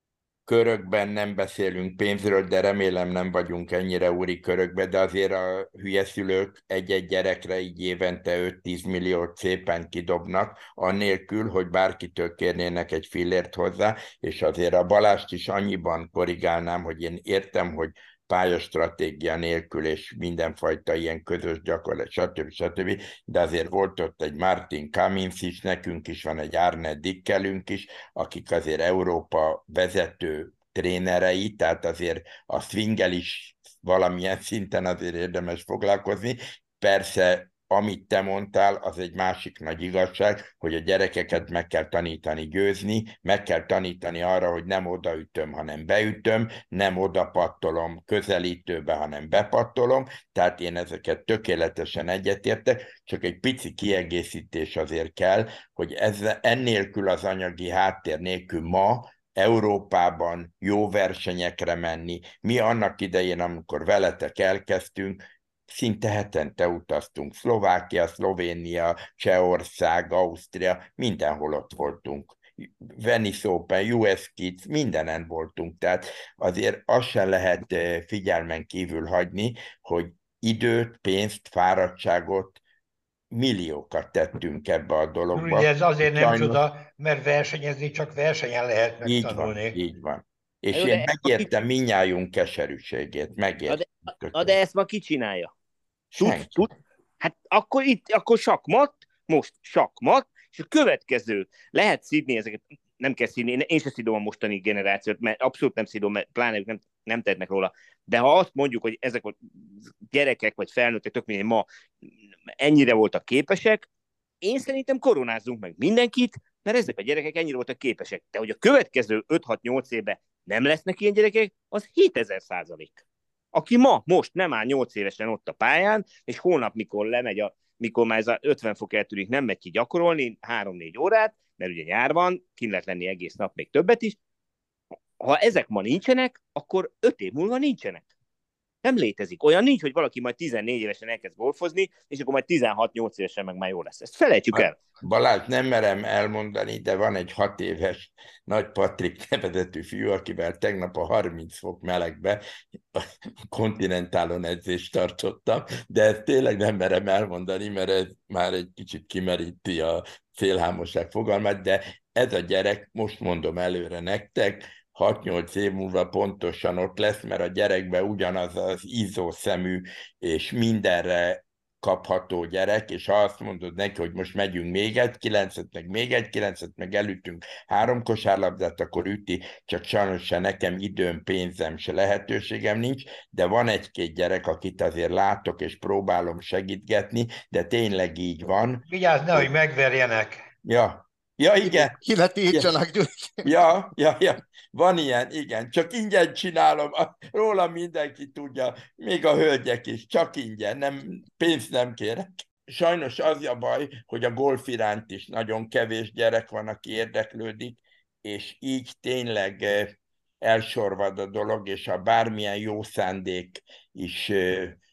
körökben nem beszélünk pénzről, de remélem nem vagyunk ennyire úri körökben, de azért a hülye szülők egy-egy gyerekre így évente öt-tíz milliót szépen kidobnak, annélkül, hogy bárkitől kérnének egy fillért hozzá, és azért a Balást is annyiban korrigálnám, hogy én értem, hogy pályastratégia nélkül és mindenfajta ilyen közös gyakorlat, stb. stb. De azért volt ott egy Martin Cummins is, nekünk is van egy Arne Dickelünk is, akik azért Európa vezető trénerei, tehát azért a swinggel is valamilyen szinten azért érdemes foglalkozni. Persze, amit te mondtál, az egy másik nagy igazság, hogy a gyerekeket meg kell tanítani győzni, meg kell tanítani arra, hogy nem odaütöm, hanem beütöm, nem odapattolom közelítőbe, hanem bepattolom, tehát én ezeket tökéletesen egyetértek, csak egy pici kiegészítés azért kell, hogy ezzel, ennélkül az anyagi háttér nélkül ma Európában jó versenyekre menni. Mi annak idején, amikor veletek elkezdtünk, szinte hetente utaztunk. Szlovákia, Szlovénia, Csehország, Ausztria, mindenhol ott voltunk. Venice Open, u es Kids, mindenen voltunk. Tehát azért azt sem lehet figyelmen kívül hagyni, hogy időt, pénzt, fáradtságot, milliókat tettünk ebbe a dologba. Ugye ez azért nem Sajnos csoda, mert versenyezni csak versenyen lehet így van, megtanulni. így van. Na És jó, de én ezt ma ki, megértem minnyájunk keserűségét, na megértem. de, na de ezt ma ki csinálja? Tud, Senki. tud? Hát akkor itt, akkor sakmat, most sakmat, és a következő, lehet szidni ezeket, nem kell szidni, én, én sem szidom a mostani generációt, mert abszolút nem szidom, mert pláne ők nem, nem tehetnek róla. De ha azt mondjuk, hogy ezek a gyerekek vagy felnőttek, tök mindegy, ma ennyire voltak képesek, én szerintem koronázzunk meg mindenkit, mert ezek a gyerekek ennyire voltak képesek. De hogy a következő öt-hat-nyolc évben nem lesznek ilyen gyerekek, az hétezer százalék. Aki ma, most nem áll nyolc évesen ott a pályán, és holnap, mikor lemegy, a, mikor már ez a ötven fok eltűnik, nem megy ki gyakorolni három-négy órát, mert ugye nyár van, kint lehet lenni egész nap, még többet is. Ha ezek ma nincsenek, akkor öt év múlva nincsenek. Nem létezik. Olyan nincs, hogy valaki majd tizennégy évesen elkezd golfozni, és akkor majd tizenhat-nyolc évesen meg már jó lesz. Ezt felejtsük el. Balázs, nem merem elmondani, de van egy hat éves Nagy Patrik nevezetű fiú, akivel tegnap a harminc fok melegbe a kontinentálon edzést tartottam, de ezt tényleg nem merem elmondani, mert ez már egy kicsit kimeríti a félhámosság fogalmát, de ez a gyerek, most mondom előre nektek, hat-nyolc év múlva pontosan ott lesz, mert a gyerekben ugyanaz az izzó szemű és mindenre kapható gyerek, és ha azt mondod neki, hogy most megyünk még egy kilencet, meg még egy kilencet, meg elütünk három kosárlabdát, akkor üti, csak sajnos se nekem időm, pénzem, se lehetőségem nincs, de van egy-két gyerek, akit azért látok, és próbálom segítgetni, de tényleg így van. Vigyázz, nehogy megverjenek. Ja, ja igen. Ki ne tiltsanak, Gyuri. Ja, ja, ja, van ilyen, igen, csak ingyen csinálom, róla mindenki tudja, még a hölgyek is, csak ingyen, nem, pénzt nem kérek. Sajnos az a baj, hogy a golf iránt is nagyon kevés gyerek van, aki érdeklődik, és így tényleg elsorvad a dolog, és ha bármilyen jó szándék is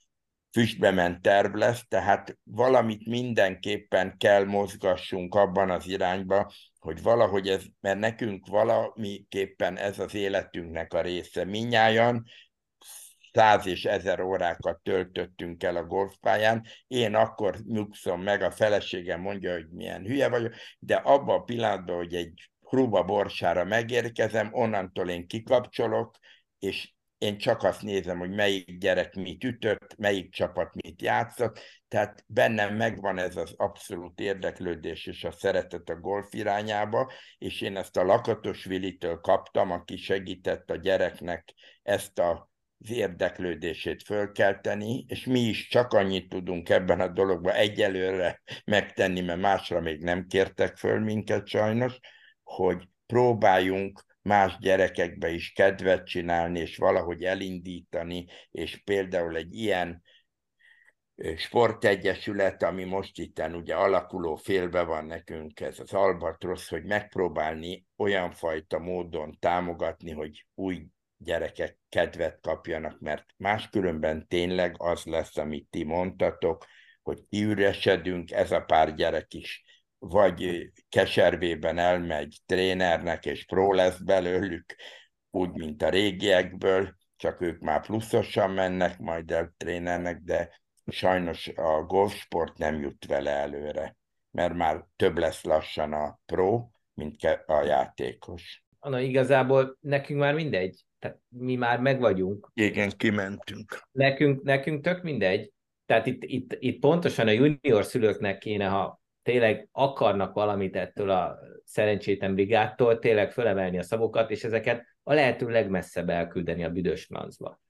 füstbe ment terv lesz, tehát valamit mindenképpen kell mozgassunk abban az irányba, hogy valahogy ez, mert nekünk valamiképpen ez az életünknek a része. Mindnyájan száz és ezer órákat töltöttünk el a golfpályán, én akkor nyugszom meg, a feleségem mondja, hogy milyen hülye vagyok, de abban a pillanatban, hogy egy Hruba borsára megérkezem, onnantól én kikapcsolok, és én csak azt nézem, hogy melyik gyerek mit ütött, melyik csapat mit játszott, tehát bennem megvan ez az abszolút érdeklődés és a szeretet a golf irányába, és én ezt a Lakatos Vilitől kaptam, aki segített a gyereknek ezt a az érdeklődését fölkelteni, és mi is csak annyit tudunk ebben a dologban egyelőre megtenni, mert másra még nem kértek föl minket sajnos, hogy próbáljunk más gyerekekbe is kedvet csinálni, és valahogy elindítani, és például egy ilyen sportegyesület, ami most itten ugye alakuló félbe van nekünk, ez az Albatrosz, hogy megpróbálni olyan fajta módon támogatni, hogy új gyerekek kedvet kapjanak, mert máskülönben tényleg az lesz, amit ti mondtatok, hogy kiüresedünk, ez a pár gyerek is vagy keservében elmegy trénernek, és pró lesz belőlük, úgy, mint a régiekből, csak ők már pluszosan mennek majd el trénernek, de sajnos a golfsport nem jut vele előre, mert már több lesz lassan a pró, mint a játékos. Anna, igazából nekünk már mindegy. Tehát mi már megvagyunk. Igen, kimentünk. Nekünk, nekünk tök mindegy. Tehát itt, itt, itt pontosan a junior szülőknek kéne, ha tényleg akarnak valamit ettől a szerencsétlen brigádtól, tényleg fölemelni a szavokat, és ezeket a lehető legmesszebb elküldeni a büdös francba.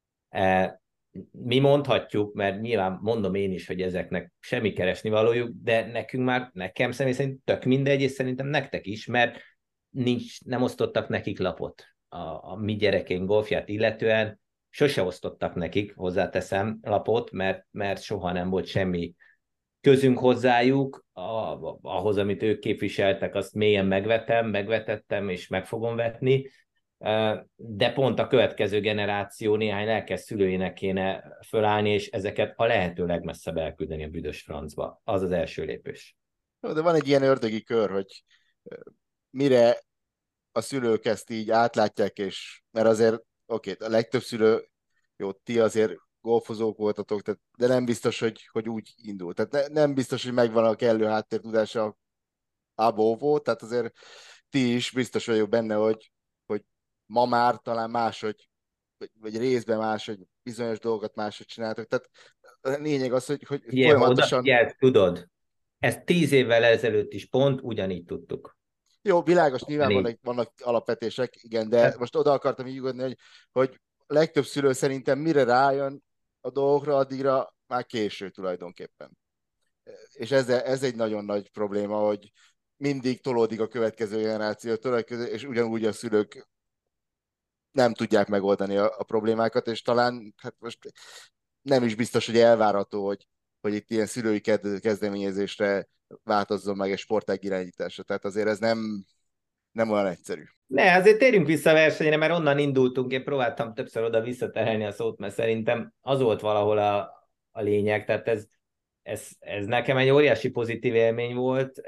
Mi mondhatjuk, mert nyilván mondom én is, hogy ezeknek semmi keresni valójuk, de nekünk már, nekem személy szerint tök mindegy, és szerintem nektek is, mert nincs, nem osztottak nekik lapot a, a mi gyerekeink golfját illetően, sose osztottak nekik, hozzáteszem, lapot, mert, mert soha nem volt semmi közünk hozzájuk, a, ahhoz, amit ők képviseltek, azt mélyen megvetem, megvetettem, és meg fogom vetni, de pont a következő generáció néhány lelkes szülőjének kéne fölállni, és ezeket a lehető legmesszebb elküldeni a büdös francba. Az az első lépés. De van egy ilyen ördögi kör, hogy mire a szülők ezt így átlátják, és mert azért, oké, a legtöbb szülő, jó, ti azért golfozók voltatok, tehát, de nem biztos, hogy, hogy úgy indul. Tehát ne, nem biztos, hogy megvan a kellő háttértudása a bóvó, tehát azért ti is biztos vagyok benne, hogy, hogy ma már talán máshogy, vagy, vagy részben máshogy bizonyos dolgokat máshogy csináltok. Tehát a lényeg az, hogy, hogy Ilyen, folyamatosan... odafigyelsz, tudod, ezt tíz évvel ezelőtt is pont ugyanígy tudtuk. Jó, világos, nyilván vannak, vannak alapvetések, igen, de most oda akartam így ugodni, hogy, hogy a legtöbb szülő szerintem mire rájön a dolgokra, addigra már késő tulajdonképpen. És ez, ez egy nagyon nagy probléma, hogy mindig tolódik a következő generáció, és ugyanúgy a szülők nem tudják megoldani a, a problémákat, és talán hát most nem is biztos, hogy elvárható, hogy, hogy itt ilyen szülői kezdeményezésre változzon meg egy sportág irányításra. Tehát azért ez nem, nem olyan egyszerű. Ne, azért térjünk vissza a versenyre, mert onnan indultunk, én próbáltam többször oda visszaterelni a szót, mert szerintem az volt valahol a, a lényeg, tehát ez, ez, ez nekem egy óriási pozitív élmény volt,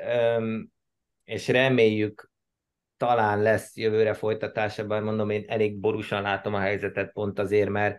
és reméljük, talán lesz jövőre folytatásában, mondom, én elég borúsan látom a helyzetet pont azért, mert,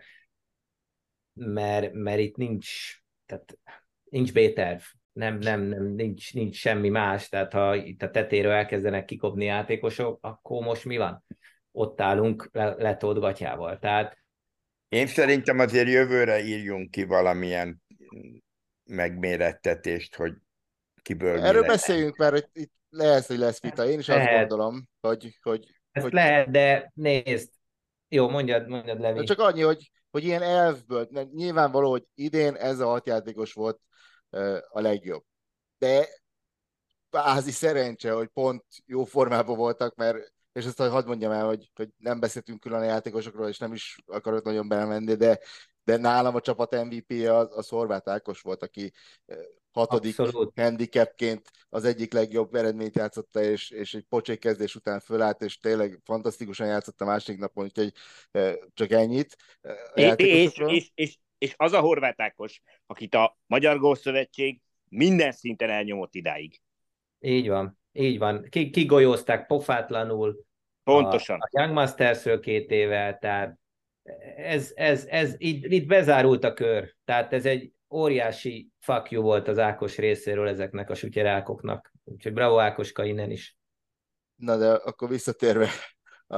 mert, mert itt nincs, tehát nincs B-terv. Nem, nem, nem, nincs, nincs semmi más, tehát ha itt a tetéről elkezdenek kikopni játékosok, akkor most mi van? Ott állunk le, letolt gatyával, tehát... Én szerintem azért jövőre írjunk ki valamilyen megmérettetést, hogy kiből Erről mi beszéljünk, mert itt lehet, hogy lesz vita. Én is lehet. Azt gondolom, hogy... hogy Ezt hogy... lehet, de nézd. Jó, mondjad, mondjad, Levi. Csak annyi, hogy, hogy ilyen elfből, nyilvánvaló, hogy idén ez a hat játékos volt uh, a legjobb. De házi szerencse, hogy pont jó formában voltak, mert, és ezt hadd mondjam el, hogy, hogy nem beszéltünk külön a játékosokról, és nem is akarok nagyon belemenni, de, de nálam a csapat em vé pé-je az, az Horváth Ákos volt, aki hatodik Abszolút. handicapként az egyik legjobb eredményt játszotta, és, és egy pocsék kezdés után fölállt, és tényleg fantasztikusan játszott a másik napon, úgyhogy csak ennyit. És, és, és, és, és az a Horváth Ákos, akit a Magyar Gólszövetség minden szinten elnyomott idáig. Így van, így van. Ki, kigolyózták pofátlanul a, Pontosan. a Young Mastersről két éve, tehát ez, ez, ez így, itt bezárult a kör. Tehát ez egy óriási fuck you volt az Ákos részéről ezeknek a sutyerákoknak. Úgyhogy bravo Ákoska innen is. Na de akkor visszatérve a,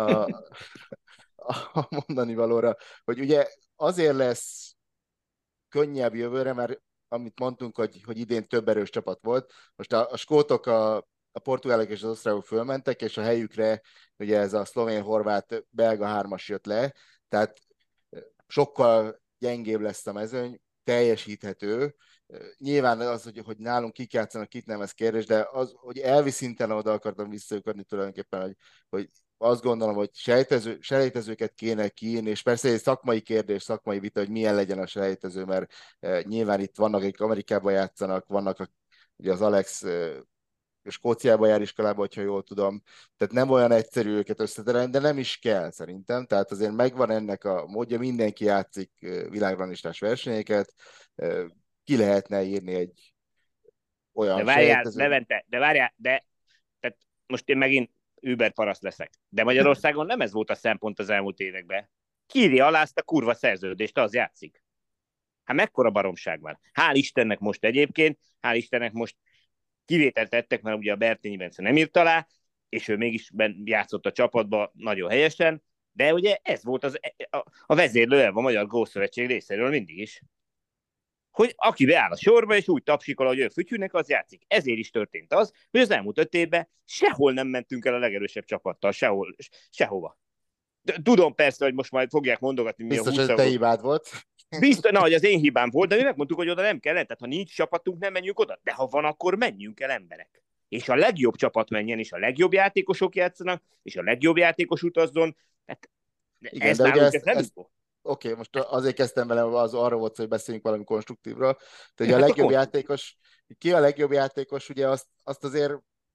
a mondani valóra, hogy ugye azért lesz könnyebb jövőre, mert amit mondtunk, hogy, hogy idén több erős csapat volt. Most a, a skótok, a, a portugálok és az osztrákok fölmentek, és a helyükre ugye ez a szlovén, horvát, belga hármas jött le, tehát sokkal gyengébb lesz a mezőny, teljesíthető. Nyilván az, hogy, hogy nálunk kik játszanak, kit nem, ez kérdés, de az, hogy elvi szinten oda akartam visszaukadni tulajdonképpen, hogy, hogy azt gondolom, hogy sejtező, selejtezőket kéne kiírni, és persze egy szakmai kérdés, szakmai vita, hogy milyen legyen a selejtező, mert e, nyilván itt vannak, akik Amerikában játszanak, vannak, a, ugye az Alex e, Skóciában jár iskolába, hogyha jól tudom, tehát nem olyan egyszerű őket összeterelni, de nem is kell szerintem, tehát azért megvan ennek a módja, mindenki játszik világranglistás versenyeket, e, ki lehetne írni egy olyan de várjál, selejtező. Levente, de várjál, de tehát most én megint Uber paraszt leszek. De Magyarországon nem ez volt a szempont az elmúlt években. Kírja alá azt a kurva szerződést, az játszik. Hát mekkora baromság van. Hál' Istennek most egyébként, hál' Istennek most kivételt tettek, mert ugye a Bertényi Bence nem írt alá, és ő mégis játszott a csapatba nagyon helyesen, de ugye ez volt az, a, a vezérlő elv a Magyar Gólszövetség részéről mindig is. Hogy aki beáll a sorba, és úgy tapsikol, hogy ő fütyűnek, az játszik. Ezért is történt az, hogy az elmúlt öt évben sehol nem mentünk el a legerősebb csapattal, sehol, sehova. Tudom persze, hogy most majd fogják mondogatni, mi Biztos, a húsz hogy te hibád volt. Biztos, na, hogy az én hibám volt, de mi megmondtuk, hogy oda nem kell, tehát ha nincs csapatunk, nem menjünk oda. De ha van, akkor menjünk el emberek. És a legjobb csapat menjen, és a legjobb játékosok játszanak, és a legjobb játékos utazzon. Hát, igen, ez de ugye nálunk, ezt, ez nem ezt, oké, okay, most azért kezdtem vele, az arra volt, hogy beszéljünk valami konstruktívra. Tehát ugye a legjobb játékos, ki a legjobb játékos, ugye azt, azt azért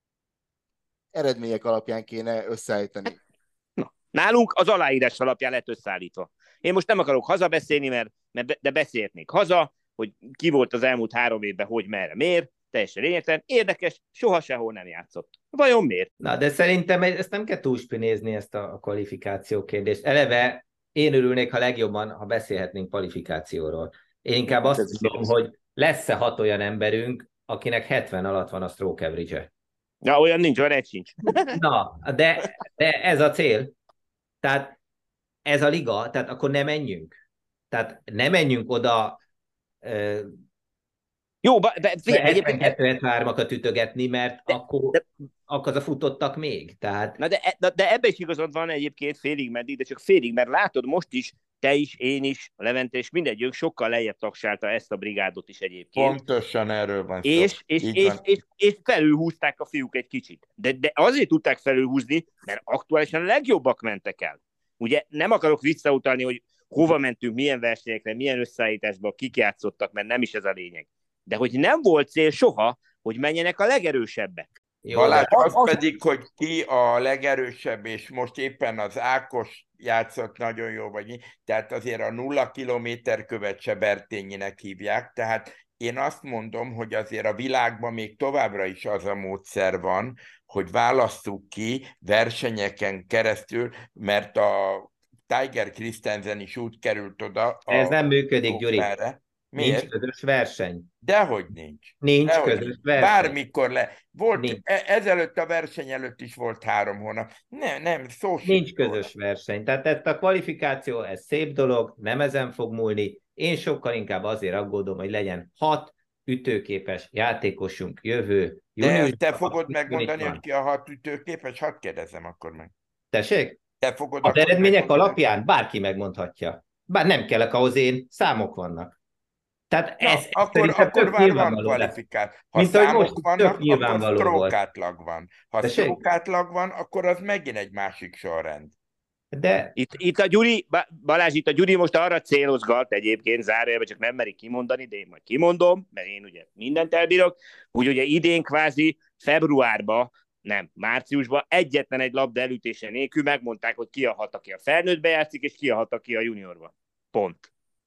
eredmények alapján kéne összeállítani. Na, nálunk az aláírás alapján lett összeállítva. Én most nem akarok hazabeszélni, mert, mert de beszélhetnék haza, hogy ki volt az elmúlt három évben, hogy merre, miért, teljesen lényegtelen. Érdekes, soha sehol nem játszott. Vajon miért? Na, de szerintem ezt nem kell túlspinézni, ezt a kvalifikáció kérdést. Eleve én örülnék, ha legjobban, ha beszélhetnénk kvalifikációról. Én inkább azt mondom, hogy lesz-e hat olyan emberünk, akinek hetven alatt van a stroke average-e. Na, olyan nincs, olyan egy sincs. Na, de, de ez a cél. Tehát ez a liga, tehát akkor ne menjünk. Tehát ne menjünk oda jó, de hetvenkettő hetvenhárom-akat ütögetni, mert de, akkor, de, akkor az a futottak még. Tehát... Na de, de, de ebben is igazad van egyébként félig meddig, de csak félig, mert látod most is, te is, én is, a Levente és mindegyünk sokkal lejjebb tagsálta ezt a brigádot is egyébként. Pontosan erről van szó. És, és, és, és, és, és felülhúzták a fiúk egy kicsit. De, de azért tudták felülhúzni, mert aktuálisan a legjobbak mentek el. Ugye nem akarok visszautalni, hogy hova mentünk, milyen versenyekre, milyen összeállításba, kik játszottak, mert nem is ez a lényeg. De hogy nem volt cél soha, hogy menjenek a legerősebbek. Jó, Balázs, az, az pedig, hogy ki a legerősebb, és most éppen az Ákos játszott nagyon jó, vagy tehát azért a nulla kilométer követ se Bertényinek hívják, tehát én azt mondom, hogy azért a világban még továbbra is az a módszer van, hogy válasszuk ki versenyeken keresztül, mert a Tiger Christensen is úgy került oda. Ez nem működik, Gyuri. Miért? Nincs közös verseny. Dehogy nincs. Nincs Dehogy közös nincs. verseny. Bármikor le. Volt, nincs. Ezelőtt a verseny előtt is volt három hónap. Nem, nem, szó Nincs közös róla. Verseny. Tehát ezt a kvalifikáció, ez szép dolog, nem ezen fog múlni. Én sokkal inkább azért aggódom, hogy legyen hat ütőképes játékosunk jövő. De te fogod megmondani, hogy ki a hat ütőképes? Hadd kérdezzem akkor meg. Tessék? Te fogod az eredmények alapján bárki megmondhatja. Bár nem kellek ahhoz én, számok vannak. Tehát Na, ez akkor, akkor már van kvalifikált. Ha mint számok most vannak, akkor stroke átlag van. Ha stroke átlag van, akkor az megint egy másik sorrend. De... Itt, itt a Gyuri, Balázs, itt a Gyuri most arra célozgat egyébként, zárójelben csak nem merik kimondani, de én majd kimondom, mert én ugye mindent elbírok, hogy ugye idén kvázi februárban, nem, márciusban egyetlen egy labda elütése nélkül megmondták, hogy ki a hat, aki a felnőttbe játszik, és ki a hat, aki a juniorban. Pont.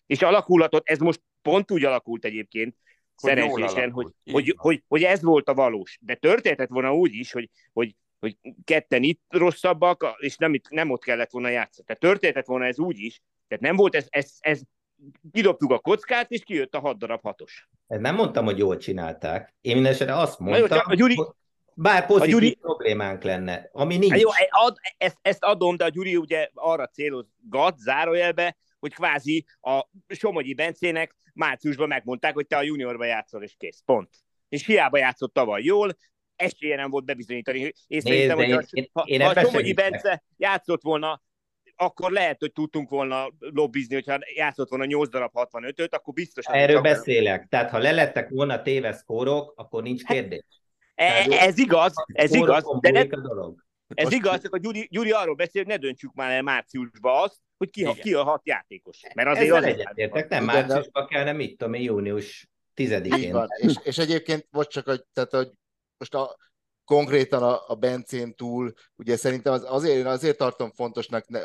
És alakulhatott, ez most pont úgy alakult egyébként, Hogy jól szerencsésen, hogy, alakult. Így hogy, van. hogy, hogy ez volt a valós. De történhetett volna úgy is, hogy, hogy, hogy ketten itt rosszabbak, és nem, itt, nem ott kellett volna játszani. Tehát történhetett volna ez úgy is, tehát nem volt ez, ez, ez kidobtuk a kockát, és kijött a hat darab hatos. Nem mondtam, hogy jól csinálták. Én mindenesetre azt Na jó, mondtam, csak a Gyuri, hogy bár a pozitív Gyuri, problémánk lenne, ami hát nincs. jó, ad, ezt, ezt adom, de a Gyuri ugye arra célozgat, zárójelbe, hogy kvázi a Somogyi Bencének márciusban megmondták, hogy te a juniorba játszol, és kész, pont. És hiába játszott tavaly jól, esélye nem volt bebizonyítani. Én Nézd, szerintem, de hogy én, ha, én, ha, én ha a ebben Somogyi segítek. Bence játszott volna, akkor lehet, hogy tudtunk volna lobbizni, hogyha játszott volna nyolc darab hatvanötöt, akkor biztosan... Erről csak beszélek. Tehát, ha lelettek volna téves szkórok, akkor nincs kérdés. Tehát, E- Ez igaz, ez igaz, de ne, múlik a dolog. ez Most- igaz, csak a Gyuri, Gyuri arról beszél, hogy ne döntsük már el márciusban azt, hogy ki, Igen. ki a hat játékos. Mert azért Ezzel az egyetértek, nem Igen, de- márciusban kell, nem mit tudom én, június Így tizedikén. van. És, és egyébként most csak, hogy, tehát, hogy most a, konkrétan a, a Bencén túl, ugye szerintem az, azért, én azért tartom fontosnak ne,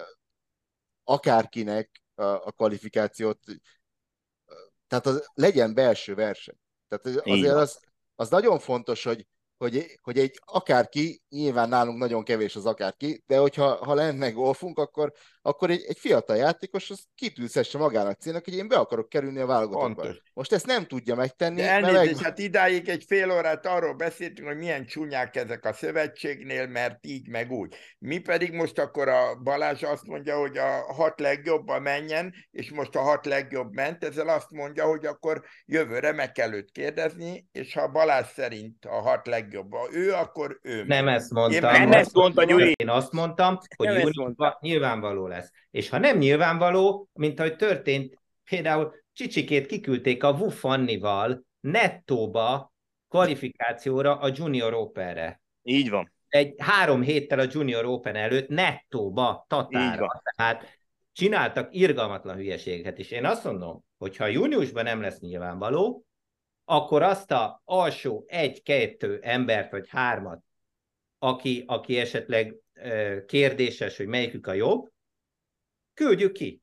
akárkinek a, a kvalifikációt, tehát az legyen belső verseny. Tehát Így azért van. az, az nagyon fontos, hogy, hogy, hogy egy akárki, nyilván nálunk nagyon kevés az akárki, de hogyha ha lenne golfunk, akkor, akkor egy, egy fiatal játékos az kitűzhesse magának célnak, hogy én be akarok kerülni a válogatottba. Pontos. Most ezt nem tudja megtenni, De mert elnézést, meg... hát idáig egy fél órát arról beszéltünk, hogy milyen csúnyák ezek a szövetségnél, mert így meg úgy. Mi pedig most akkor a Balázs azt mondja, hogy a hat legjobban menjen, és most a hat legjobb ment, ezzel azt mondja, hogy akkor jövőre meg kell őt kérdezni, és ha Balázs szerint a hat legjobb ő, akkor ő. Nem ezt mondtam. Én meg Nem azt ezt mondta, mondom, Gyuri. Én azt mondtam, hogy Nem ezt júniusban mondta. nyilvánvaló lesz. És ha nem nyilvánvaló, mint ahogy történt, például Csicsikét kiküldték a Wu Fannival nettóba kvalifikációra a Junior Openre. Így van. Egy három héttel a Junior Open előtt nettóba, Így Tatára. van. Tehát csináltak irgalmatlan hülyeségeket is. Én azt mondom, hogy ha júniusban nem lesz nyilvánvaló, akkor azt a alsó egy-kettő embert, vagy hármat, aki, aki esetleg uh, kérdéses, hogy melyikük a jobb, küldjük ki.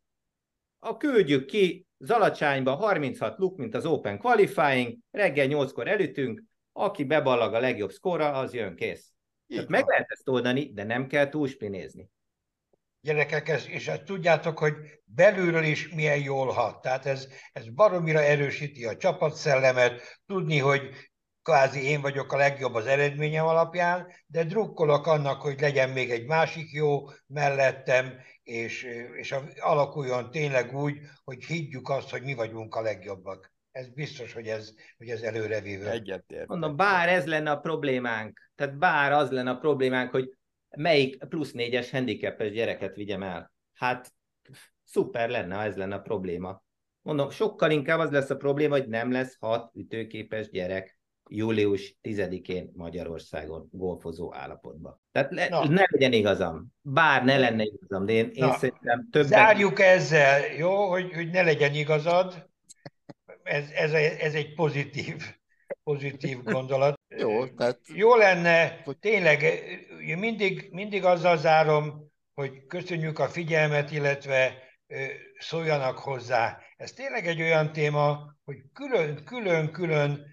A küldjük ki Zalacsányba harminchat luk, mint az Open Qualifying, reggel nyolckor elütünk, aki beballag a legjobb szkóra, az jön, kész. Tehát meg lehet ezt oldani, de nem kell túlspinézni. Gyerekek, ez, és ezt tudjátok, hogy belülről is milyen jól hat. Tehát ez, ez baromira erősíti a csapatszellemet, tudni, hogy kvázi én vagyok a legjobb az eredményem alapján, de drukkolok annak, hogy legyen még egy másik jó mellettem, és, és alakuljon tényleg úgy, hogy higgyük azt, hogy mi vagyunk a legjobbak. Ez biztos, hogy ez, hogy ez előrevívő. Egyetértek. Mondom, bár ez lenne a problémánk, tehát bár az lenne a problémánk, hogy melyik plusz négyes handicapes gyereket vigyem el. Hát szuper lenne, ha ez lenne a probléma. Mondom, sokkal inkább az lesz a probléma, hogy nem lesz hat ütőképes gyerek július tizedikén Magyarországon golfozó állapotban. Tehát le, ne legyen igazam. Bár ne lenne igazam, de én, én szerintem többet... Zárjuk ezzel, jó, hogy, hogy ne legyen igazad. Ez, ez, ez egy pozitív, pozitív gondolat. Jó, tehát... Jó lenne, tényleg, mindig, mindig azzal zárom, hogy köszönjük a figyelmet, illetve szóljanak hozzá. Ez tényleg egy olyan téma, hogy külön-külön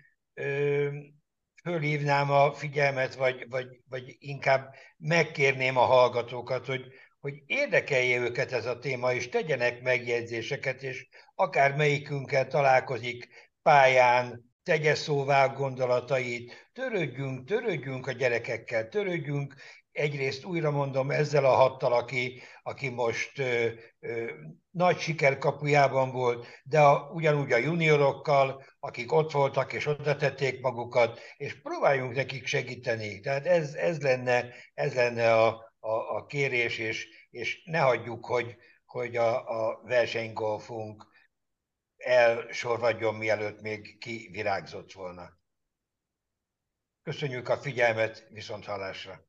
fölhívnám a figyelmet, vagy, vagy, vagy inkább megkérném a hallgatókat, hogy, hogy érdekelje őket ez a téma, és tegyenek megjegyzéseket, és akár melyikünkkel találkozik pályán, tegye szóvá a gondolatait, törődjünk, törődjünk a gyerekekkel, törődjünk, egyrészt újra mondom ezzel a hattal, aki, aki most ö, ö, nagy siker kapujában volt, de a, ugyanúgy a juniorokkal, akik ott voltak és oda tették magukat, és próbáljunk nekik segíteni. Tehát ez, ez lenne, ez lenne a, a, a kérés, és, és ne hagyjuk, hogy, hogy a, a versenygolfunk elsorvadjon, mielőtt még kivirágzott volna. Köszönjük a figyelmet, viszonthallásra!